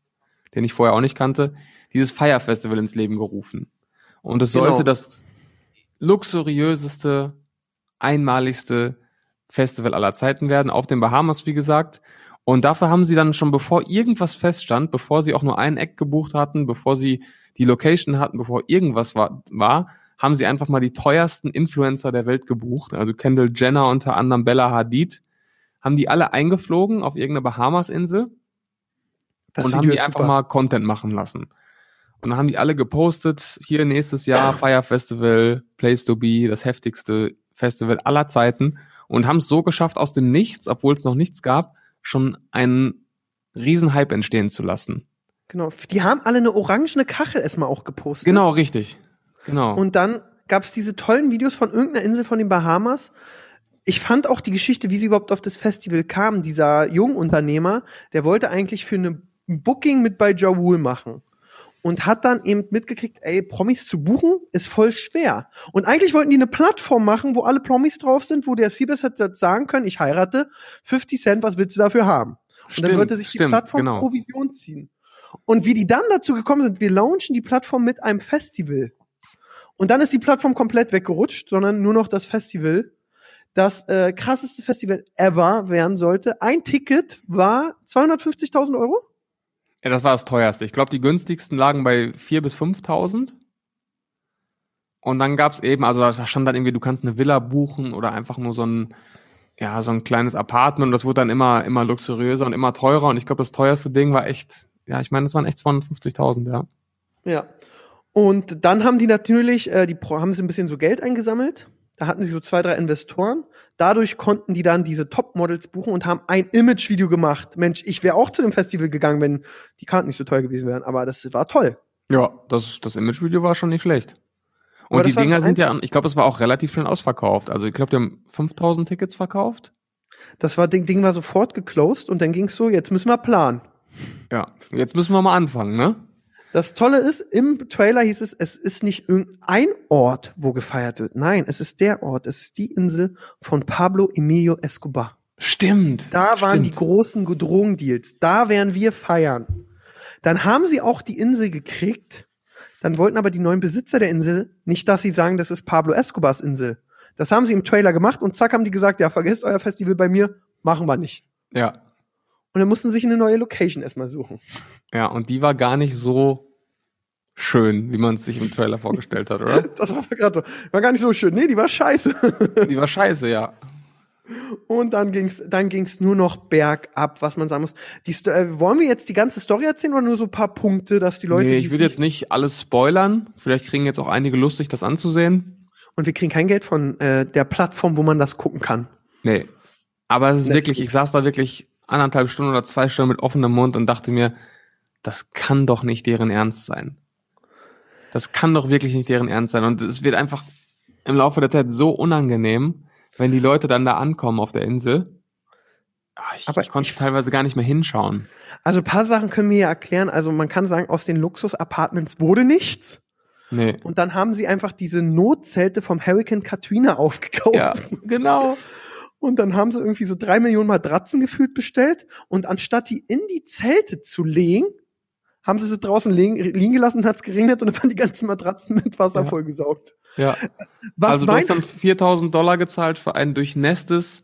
den ich vorher auch nicht kannte, dieses Fire Festival ins Leben gerufen. Und es sollte das luxuriöseste, einmaligste Festival aller Zeiten werden, auf den Bahamas, wie gesagt. Und dafür haben sie dann schon, bevor irgendwas feststand, bevor sie auch nur einen Eck gebucht hatten, bevor sie die Location hatten, bevor irgendwas war, haben sie einfach mal die teuersten Influencer der Welt gebucht. Also Kendall Jenner, unter anderem Bella Hadid, haben die alle eingeflogen auf irgendeine Bahamas-Insel und haben die einfach mal Content machen lassen. Und dann haben die alle gepostet, hier nächstes Jahr Fire Festival, Place to be, das heftigste Festival aller Zeiten, und haben es so geschafft, aus dem Nichts, obwohl es noch nichts gab, schon einen riesen Hype entstehen zu lassen. Genau, die haben alle eine orangene Kachel erstmal auch gepostet. Genau, richtig. Genau. Und dann gab es diese tollen Videos von irgendeiner Insel von den Bahamas. Ich fand auch die Geschichte, wie sie überhaupt auf das Festival kamen. Dieser Jungunternehmer, der wollte eigentlich für eine Booking mit bei Ja Rule machen. Und hat dann eben mitgekriegt, ey, Promis zu buchen ist voll schwer. Und eigentlich wollten die eine Plattform machen, wo alle Promis drauf sind, wo der Siebes hätte sagen können, ich heirate, 50 Cent, was willst du dafür haben? Und dann wollte sich die Plattform Provision ziehen. Und wie die dann dazu gekommen sind, wir launchen die Plattform mit einem Festival. Und dann ist die Plattform komplett weggerutscht, sondern nur noch das Festival. Das krasseste Festival ever werden sollte. Ein Ticket war 250.000 Euro. Ja, das war das teuerste. Ich glaube, die günstigsten lagen bei 4.000 bis 5.000. Und dann gab's eben, also da stand dann irgendwie, du kannst eine Villa buchen oder einfach nur so ein kleines Apartment. Und das wurde dann immer luxuriöser und immer teurer. Und ich glaube, das teuerste Ding war echt, ja, ich meine, das waren echt 250.000, ja. Ja. Und dann haben die natürlich, haben sie ein bisschen so Geld eingesammelt. Da hatten sie so 2, 3 Investoren. Dadurch konnten die dann diese Top-Models buchen und haben ein Image-Video gemacht. Mensch, ich wäre auch zu dem Festival gegangen, wenn die Karten nicht so teuer gewesen wären. Aber das war toll. Ja, das Image-Video war schon nicht schlecht. Und die Dinger sind ja, ich glaube, es war auch relativ schnell ausverkauft. Also ich glaube, die haben 5.000 Tickets verkauft. Das Ding war sofort geclosed und dann ging's so, jetzt müssen wir planen. Ja, jetzt müssen wir mal anfangen, ne? Das Tolle ist, im Trailer hieß es ist nicht irgendein Ort, wo gefeiert wird. Nein, es ist der Ort, es ist die Insel von Pablo Emilio Escobar. Stimmt. Da waren die großen Drogendeals. Da werden wir feiern. Dann haben sie auch die Insel gekriegt. Dann wollten aber die neuen Besitzer der Insel nicht, dass sie sagen, das ist Pablo Escobars Insel. Das haben sie im Trailer gemacht und zack haben die gesagt, ja, vergesst euer Festival bei mir, machen wir nicht. Ja. Und dann mussten sie sich eine neue Location erstmal suchen. Ja, und die war gar nicht so schön, wie man es sich im Trailer vorgestellt hat, oder? Das war gar nicht so schön. Nee, die war scheiße. Die war scheiße, ja. Und dann ging's nur noch bergab, was man sagen muss. Wollen wir jetzt die ganze Story erzählen oder nur so ein paar Punkte, dass die Leute... Nee, ich würde jetzt nicht alles spoilern. Vielleicht kriegen jetzt auch einige Lust, sich das anzusehen. Und wir kriegen kein Geld von der Plattform, wo man das gucken kann. Nee. Aber es ist wirklich, ich saß da wirklich 1,5 Stunden oder 2 Stunden mit offenem Mund und dachte mir, das kann doch nicht deren Ernst sein. Das kann doch wirklich nicht deren Ernst sein. Und es wird einfach im Laufe der Zeit so unangenehm, wenn die Leute dann da ankommen auf der Insel. Ich konnte teilweise gar nicht mehr hinschauen. Also ein paar Sachen können wir ja erklären. Also man kann sagen, aus den Luxus-Apartments wurde nichts. Nee. Und dann haben sie einfach diese Notzelte vom Hurricane Katrina aufgekauft. Ja, genau. Und dann haben sie irgendwie so 3 Millionen Matratzen gefühlt bestellt. Und anstatt die in die Zelte zu legen, haben sie draußen liegen gelassen und hat's geregnet und dann waren die ganzen Matratzen mit Wasser vollgesaugt. Ja. Also du hast dann $4.000 gezahlt für ein durchnässtes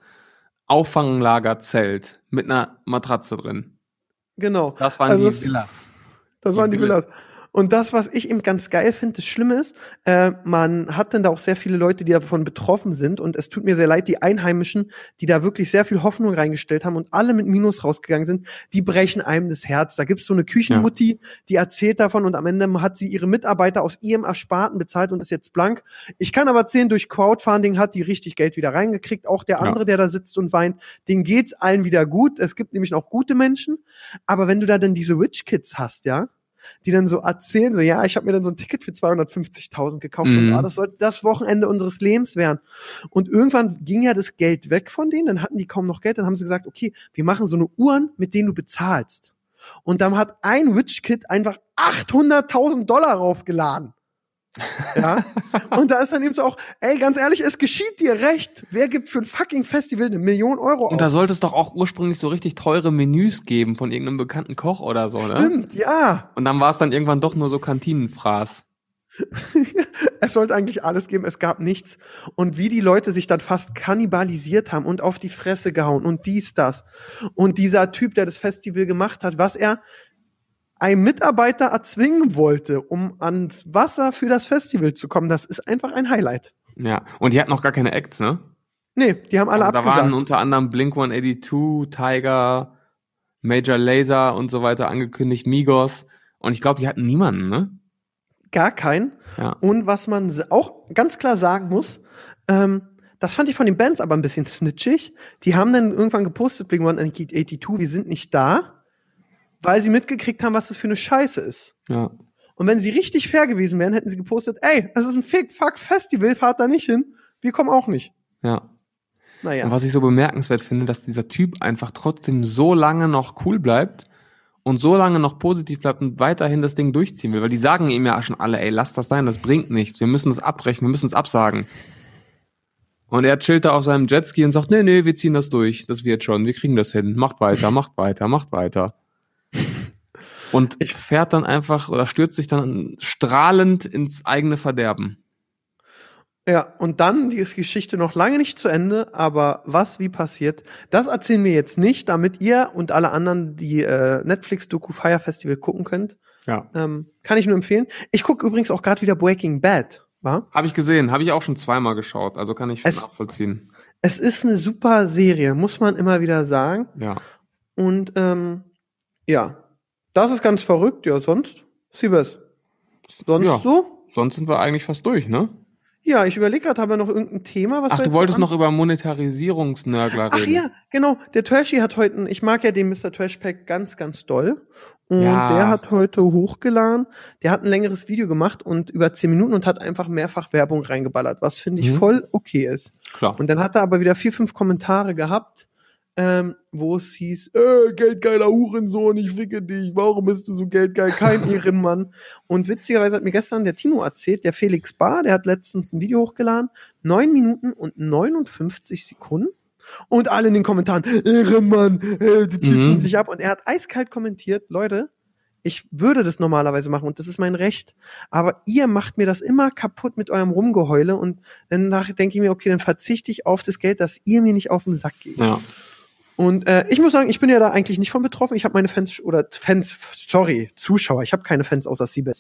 Auffanglagerzelt mit einer Matratze drin. Genau. Das waren die Villas. Das waren die Villas. Und das, was ich eben ganz geil finde, das Schlimme ist, man hat dann da auch sehr viele Leute, die davon betroffen sind. Und es tut mir sehr leid, die Einheimischen, die da wirklich sehr viel Hoffnung reingestellt haben und alle mit Minus rausgegangen sind, die brechen einem das Herz. Da gibt's so eine Küchenmutti, die erzählt davon und am Ende hat sie ihre Mitarbeiter aus ihrem Ersparten bezahlt und ist jetzt blank. Ich kann aber erzählen, durch Crowdfunding hat die richtig Geld wieder reingekriegt. Auch der andere, der da sitzt und weint, denen geht's allen wieder gut. Es gibt nämlich auch gute Menschen. Aber wenn du da dann diese Rich Kids hast, ja, die dann so erzählen, so, ja, ich habe mir dann so ein Ticket für 250.000 gekauft und das sollte das Wochenende unseres Lebens werden. Und irgendwann ging ja das Geld weg von denen, dann hatten die kaum noch Geld, dann haben sie gesagt, okay, wir machen so eine Uhren, mit denen du bezahlst. Und dann hat ein Rich Kid einfach $800.000 raufgeladen. Ja. Und da ist dann eben so auch, ey, ganz ehrlich, es geschieht dir recht. Wer gibt für ein fucking Festival 1 Million Euro aus? Und da sollte es doch auch ursprünglich so richtig teure Menüs geben von irgendeinem bekannten Koch oder so, ne? Stimmt, ja. Und dann war es dann irgendwann doch nur so Kantinenfraß. Es sollte eigentlich alles geben, es gab nichts. Und wie die Leute sich dann fast kannibalisiert haben und auf die Fresse gehauen und dies, das. Und dieser Typ, der das Festival gemacht hat, was er einem Mitarbeiter erzwingen wollte, um ans Wasser für das Festival zu kommen, das ist einfach ein Highlight. Ja, und die hatten noch gar keine Acts, ne? Nee, die haben alle Also da abgesagt. waren unter anderem Blink-182, Tiger, Major Lazer und so weiter angekündigt, Migos. Und ich glaube, die hatten niemanden, ne? Gar keinen. Ja. Und was man auch ganz klar sagen muss, das fand ich von den Bands aber ein bisschen snitchig. Die haben dann irgendwann gepostet, Blink-182, wir sind nicht da, weil sie mitgekriegt haben, was das für eine Scheiße ist. Ja. Und wenn sie richtig fair gewesen wären, hätten sie gepostet, ey, das ist ein Fick-Fuck-Festival, fahrt da nicht hin. Wir kommen auch nicht. Ja. Naja. Und was ich so bemerkenswert finde, dass dieser Typ einfach trotzdem so lange noch cool bleibt und so lange noch positiv bleibt und weiterhin das Ding durchziehen will. Weil die sagen ihm ja schon alle, ey, lass das sein, das bringt nichts. Wir müssen das abbrechen, wir müssen es absagen. Und er chillt da auf seinem Jetski und sagt, nee, wir ziehen das durch. Das wird schon, wir kriegen das hin. Macht weiter, macht weiter, macht weiter. Und fährt dann einfach oder stürzt sich dann strahlend ins eigene Verderben. Ja, und dann, die ist Geschichte noch lange nicht zu Ende, aber was wie passiert, das erzählen wir jetzt nicht, damit ihr und alle anderen die Netflix-Doku Fire Festival gucken könnt. Ja. Kann ich nur empfehlen. Ich gucke übrigens auch gerade wieder Breaking Bad, wa? Habe ich gesehen, habe ich auch schon 2-mal geschaut, also kann ich nachvollziehen. Es ist eine super Serie, muss man immer wieder sagen. Ja. Und ja, das ist ganz verrückt. Ja, sonst, Siebes. Sonst Ja. so? Sonst sind wir eigentlich fast durch, ne? Ja, ich überlege gerade, haben wir noch irgendein Thema? Was Ach, wir du jetzt wolltest an- noch über Monetarisierungsnörgler reden. Ach ja, genau. Der Trashy hat heute, ich mag ja den Mr. Trashpack ganz, ganz doll. Und Ja. der hat heute hochgeladen. Der hat ein längeres Video gemacht und über 10 Minuten und hat einfach mehrfach Werbung reingeballert, was finde ich voll okay ist. Klar. Und dann hat er aber wieder 4, 5 Kommentare gehabt, wo es hieß, geldgeiler Hurensohn, ich ficke dich, warum bist du so geldgeil, kein Ehrenmann. Und witzigerweise hat mir gestern der Tino erzählt, der Felix Bar, der hat letztens ein Video hochgeladen, 9 Minuten und 59 Sekunden. Und alle in den Kommentaren, Ehrenmann, du ziehst dich ab. Und er hat eiskalt kommentiert, Leute, ich würde das normalerweise machen und das ist mein Recht. Aber ihr macht mir das immer kaputt mit eurem Rumgeheule und dann denke ich mir, okay, dann verzichte ich auf das Geld, dass ihr mir nicht auf den Sack geht. Ja. Und ich muss sagen, ich bin ja da eigentlich nicht von betroffen. Ich habe meine Zuschauer. Ich habe keine Fans außer Siebes.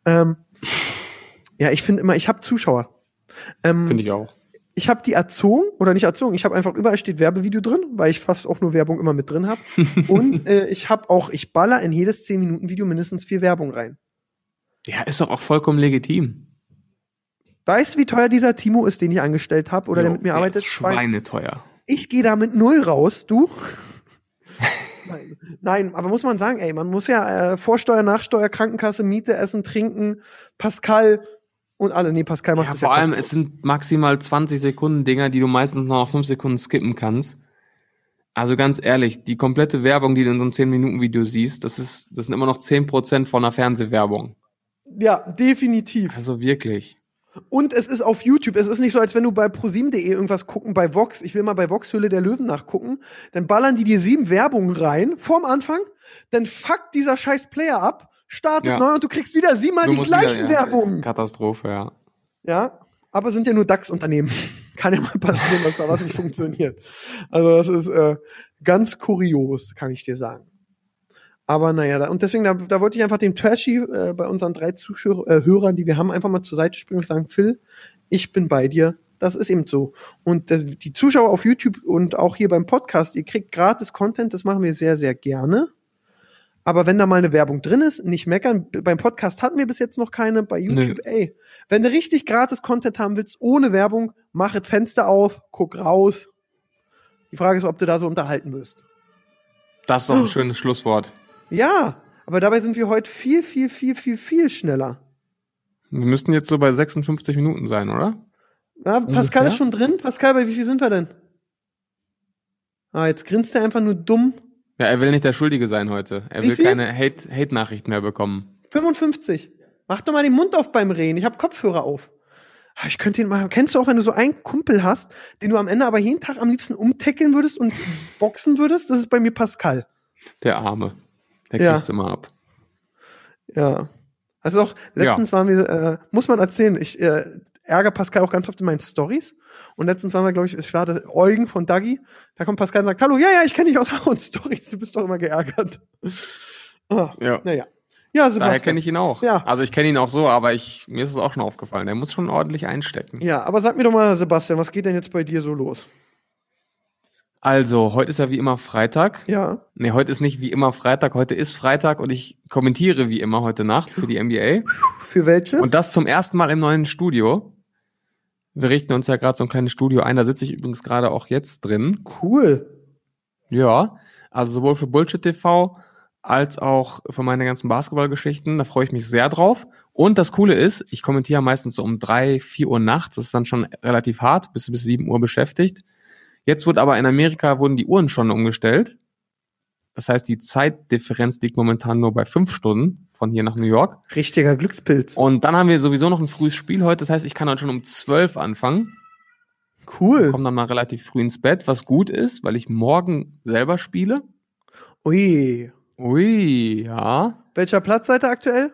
Ja, ich finde immer, ich habe Zuschauer. Finde ich auch. Ich habe die erzogen, oder nicht erzogen, ich habe einfach überall steht Werbevideo drin, weil ich fast auch nur Werbung immer mit drin habe. Und ich baller in jedes 10-Minuten-Video mindestens 4 Werbung rein. Ja, ist doch auch vollkommen legitim. Weißt du, wie teuer dieser Timo ist, den ich angestellt habe oder der mit mir der arbeitet? ist schweineteuer. Ich gehe da mit 0 raus, du? Nein, aber muss man sagen, ey, man muss ja Vorsteuer, Nachsteuer, Krankenkasse, Miete, Essen, Trinken, Pascal und alle. Nee, Pascal macht das ja vor allem, kostenlos. es sind maximal 20 Sekunden Dinger, die du meistens noch nach 5 Sekunden skippen kannst. Also ganz ehrlich, die komplette Werbung, die du in so einem 10-Minuten-Video siehst, das sind immer noch 10% von einer Fernsehwerbung. Ja, definitiv. Also wirklich. Und es ist auf YouTube. Es ist nicht so, als wenn du bei ProSieben.de irgendwas gucken, bei Vox. Ich will mal bei Vox Höhle der Löwen nachgucken. Dann ballern die dir 7 Werbungen rein, vorm Anfang. Dann fuckt dieser scheiß Player ab, startet neu und du kriegst wieder 7-mal die gleichen Werbungen. Katastrophe, ja. Ja, aber sind ja nur DAX-Unternehmen. Kann ja mal passieren, dass da was nicht funktioniert. Also das ist ganz kurios, kann ich dir sagen. Aber naja, und deswegen, da wollte ich einfach dem Trashy bei unseren 3 Zuhörern, die wir haben, einfach mal zur Seite springen und sagen, Phil, ich bin bei dir. Das ist eben so. Und die Zuschauer auf YouTube und auch hier beim Podcast, ihr kriegt gratis Content, das machen wir sehr, sehr gerne. Aber wenn da mal eine Werbung drin ist, nicht meckern. Beim Podcast hatten wir bis jetzt noch keine. Bei YouTube, ey, wenn du richtig gratis Content haben willst, ohne Werbung, mach das Fenster auf, guck raus. Die Frage ist, ob du da so unterhalten wirst. Das ist doch ein schönes Schlusswort. Ja, aber dabei sind wir heute viel, viel, viel, viel, viel schneller. Wir müssten jetzt so bei 56 Minuten sein, oder? Ja, Pascal ist schon drin. Pascal, bei wie viel sind wir denn? Jetzt grinst er einfach nur dumm. Ja, er will nicht der Schuldige sein heute. Er will keine Hate-Nachrichten mehr bekommen. 55. Mach doch mal den Mund auf beim Reden. Ich habe Kopfhörer auf. Ich könnte ihn mal. Kennst du auch, wenn du so einen Kumpel hast, den du am Ende aber jeden Tag am liebsten umtackeln würdest und boxen würdest? Das ist bei mir Pascal. Der Arme. Der Ja. kriegt's immer ab. Ja. Also auch letztens waren wir, muss man erzählen, ich ärgere Pascal auch ganz oft in meinen Stories. Und letztens waren wir, glaube ich war das Eugen von Dagi. Da kommt Pascal und sagt, hallo, ja, ich kenne dich aus Aaron Stories, du bist doch immer geärgert. Ja. Naja. Ja, Daher Sebastian. kenne ich ihn auch. Ja. Also ich kenne ihn auch so, aber mir ist es auch schon aufgefallen. Der muss schon ordentlich einstecken. Ja, aber sag mir doch mal, Sebastian, was geht denn jetzt bei dir so los? Also, heute ist ja wie immer Freitag. Ja. Nee, heute ist nicht wie immer Freitag. Heute ist Freitag und ich kommentiere wie immer heute Nacht für die NBA. Für welche? Und das zum ersten Mal im neuen Studio. Wir richten uns ja gerade so ein kleines Studio ein. Da sitze ich übrigens gerade auch jetzt drin. Cool. Ja, also sowohl für Bullshit TV als auch für meine ganzen Basketballgeschichten. Da freue ich mich sehr drauf. Und das Coole ist, ich kommentiere meistens so um 3, 4 Uhr nachts. Das ist dann schon relativ hart, bis 7 Uhr beschäftigt. Jetzt wurden aber in Amerika die Uhren schon umgestellt. Das heißt, die Zeitdifferenz liegt momentan nur bei 5 Stunden von hier nach New York. Richtiger Glückspilz. Und dann haben wir sowieso noch ein frühes Spiel heute. Das heißt, ich kann heute schon um 12 anfangen. Cool. Komme dann mal relativ früh ins Bett, was gut ist, weil ich morgen selber spiele. Ui. Ui, ja. Welcher Platz seid ihr aktuell?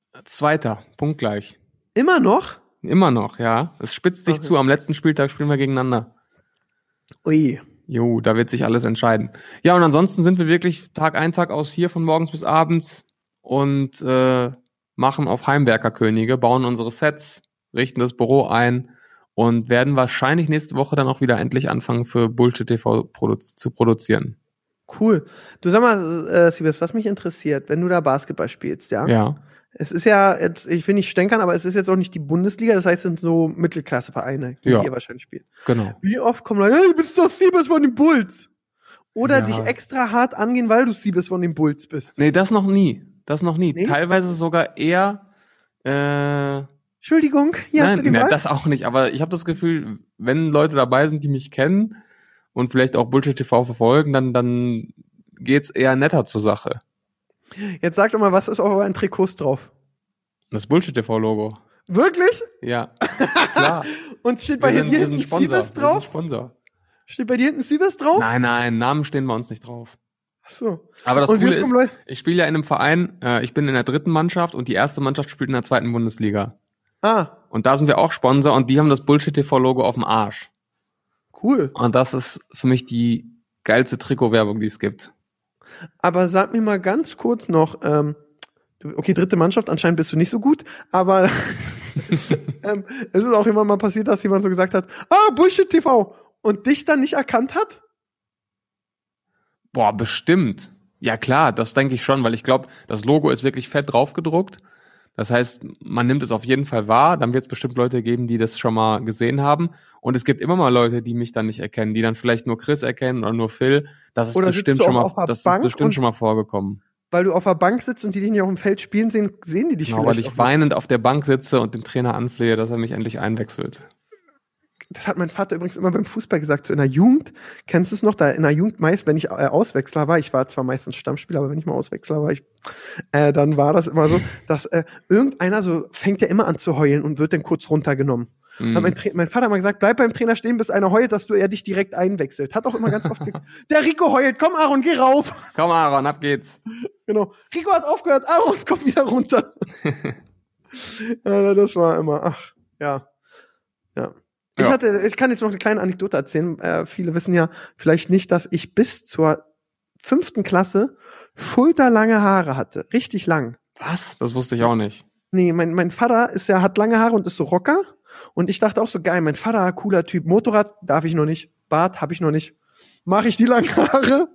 2. punktgleich. Immer noch? Immer noch, ja. Es spitzt sich Okay. zu. Am letzten Spieltag spielen wir gegeneinander. Ui. Jo, da wird sich alles entscheiden. Ja, und ansonsten sind wir wirklich Tag ein, Tag aus hier von morgens bis abends und machen auf Heimwerkerkönige, bauen unsere Sets, richten das Büro ein und werden wahrscheinlich nächste Woche dann auch wieder endlich anfangen, für Bullshit TV zu produzieren. Cool. Du sag mal, Siebes, was mich interessiert, wenn du da Basketball spielst, ja? Ja. Es ist ja jetzt, ich will nicht stänkern, aber es ist jetzt auch nicht die Bundesliga, das heißt, es sind so Mittelklasse-Vereine, die Ja. ihr wahrscheinlich spielt. Genau. Wie oft kommen Leute, hey, du bist doch Siebes von den Bulls. Oder Ja. dich extra hart angehen, weil du Siebes von den Bulls bist. Nee, das noch nie. Nee? Teilweise sogar eher Entschuldigung, hier hast du den Ball. das auch nicht, aber ich habe das Gefühl, wenn Leute dabei sind, die mich kennen und vielleicht auch Bullshit TV verfolgen, dann geht's eher netter zur Sache. Jetzt sag doch mal, was ist auf euren Trikots drauf? Das Bullshit TV-Logo. Wirklich? Ja, klar. Und steht bei dir hinten Siebes drauf? Sponsor. Steht bei dir hinten Siebes drauf? Nein, Namen stehen bei uns nicht drauf. Ach so. Aber das Und wie Coole kommen ist, Leute- ich spiele ja in einem Verein, ich bin in der 3. Mannschaft und die erste Mannschaft spielt in der 2. Bundesliga. Ah, Und da sind wir auch Sponsor und die haben das Bullshit TV-Logo auf dem Arsch. cool. Und das ist für mich die geilste Trikotwerbung, die es gibt. Aber sag mir mal ganz kurz noch, okay, 3. Mannschaft, anscheinend bist du nicht so gut, aber es ist auch immer mal passiert, dass jemand so gesagt hat, Bullshit TV und dich dann nicht erkannt hat? Boah, bestimmt. Ja klar, das denke ich schon, weil ich glaube, das Logo ist wirklich fett draufgedruckt. Das heißt, man nimmt es auf jeden Fall wahr. Dann wird es bestimmt Leute geben, die das schon mal gesehen haben. Und es gibt immer mal Leute, die mich dann nicht erkennen, die dann vielleicht nur Chris erkennen oder nur Phil. Das ist Oder sitzt bestimmt du schon auch mal, auf der das ist Bank bestimmt und- schon mal vorgekommen. Weil du auf der Bank sitzt und die dich nicht auf dem Feld spielen sehen, sehen die dich Genau, weil vielleicht ich auch weinend auf der Bank sitze und den Trainer anflehe, dass er mich endlich einwechselt. nicht. Das hat mein Vater übrigens immer beim Fußball gesagt, so in der Jugend, kennst du es noch, da in der Jugend meist, wenn ich Auswechsler war, ich war zwar meistens Stammspieler, aber wenn ich mal Auswechsler war, dann war das immer so, dass irgendeiner so fängt ja immer an zu heulen und wird dann kurz runtergenommen. Mhm. Hat mein Vater mal gesagt, bleib beim Trainer stehen, bis einer heult, dass er dich direkt einwechselt. Hat auch immer ganz oft der Rico heult, komm Aaron, geh rauf. Komm Aaron, ab geht's. Genau. Rico hat aufgehört, Aaron, komm wieder runter. Ja, das war immer, ja. Ja. Ich kann jetzt noch eine kleine Anekdote erzählen. Viele wissen ja vielleicht nicht, dass ich bis zur 5. Klasse schulterlange Haare hatte. Richtig lang. Was? Das wusste ich auch nicht. Nee, mein Vater hat lange Haare und ist so Rocker. Und ich dachte auch so, geil, mein Vater, cooler Typ. Motorrad darf ich noch nicht. Bart habe ich noch nicht. Mache ich die langen Haare.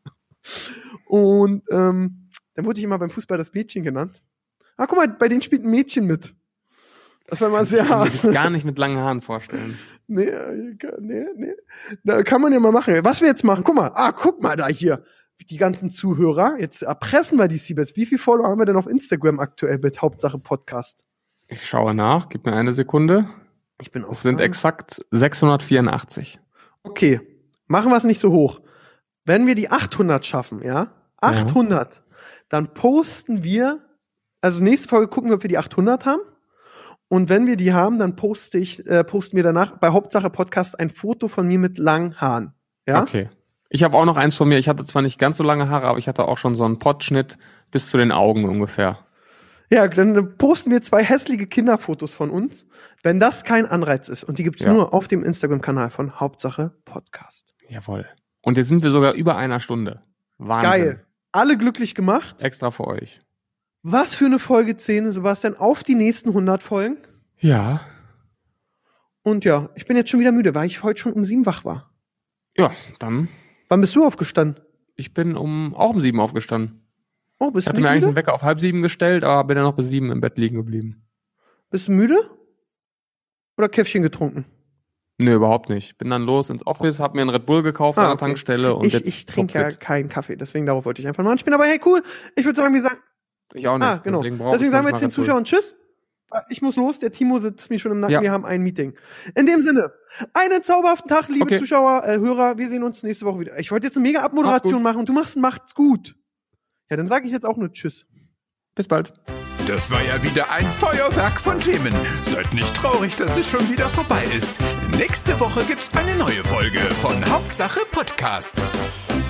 Und dann wurde ich immer beim Fußball das Mädchen genannt. Guck mal, bei denen spielt ein Mädchen mit. Das war mal sehr Ich kann hart. mir gar nicht mit langen Haaren vorstellen. Nee. Da kann man ja mal machen. Was wir jetzt machen, guck mal da hier. Die ganzen Zuhörer. Jetzt erpressen wir die Siebes. Wie viele Follower haben wir denn auf Instagram aktuell mit Hauptsache Podcast? Ich schaue nach, gib mir eine Sekunde. Ich bin auch. Es sind exakt 684. Okay, machen wir es nicht so hoch. Wenn wir die 800 schaffen, ja? 800, dann posten wir Also nächste Folge gucken wir, ob wir die 800 haben. Und wenn wir die haben, dann posten wir danach bei Hauptsache Podcast ein Foto von mir mit langen Haaren. Ja? Okay. Ich habe auch noch eins von mir. Ich hatte zwar nicht ganz so lange Haare, aber ich hatte auch schon so einen Pottschnitt bis zu den Augen ungefähr. Ja, dann posten wir 2 hässliche Kinderfotos von uns, wenn das kein Anreiz ist. Und die gibt's nur auf dem Instagram-Kanal von Hauptsache Podcast. Jawohl. Und jetzt sind wir sogar über 1 Stunde. Wahnsinn. Geil. Alle glücklich gemacht. Extra für euch. Was für eine Folge 10, Sebastian, auf die nächsten 100 Folgen. Ja. Und ja, ich bin jetzt schon wieder müde, weil ich heute schon um 7 wach war. Ja, dann. Wann bist du aufgestanden? Ich bin auch um 7 aufgestanden. Oh, bist Ich du hatte mir eigentlich müde? einen Wecker auf 6:30 gestellt, aber bin dann noch bis 7 im Bett liegen geblieben. Bist du müde? Oder Käffchen getrunken? Nö, überhaupt nicht. Bin dann los ins Office, hab mir einen Red Bull gekauft an der Okay. Tankstelle und Ich trinke ja topfit. keinen Kaffee, deswegen darauf wollte ich einfach mal anspielen. Aber hey, cool. Ich würde sagen, wir sagen, Ich auch nicht. genau. Deswegen Deswegen sagen wir jetzt den Red Bull. Zuschauern Tschüss. Ich muss los, der Timo sitzt mir schon im Nacken, Ja. wir haben ein Meeting. In dem Sinne, einen zauberhaften Tag, liebe Okay. Zuschauer, Hörer, wir sehen uns nächste Woche wieder. Ich wollte jetzt eine mega Abmoderation machen und du macht's gut. Ja, dann sage ich jetzt auch nur Tschüss. Bis bald. Das war ja wieder ein Feuerwerk von Themen. Seid nicht traurig, dass es schon wieder vorbei ist. Nächste Woche gibt's eine neue Folge von Hauptsache Podcast.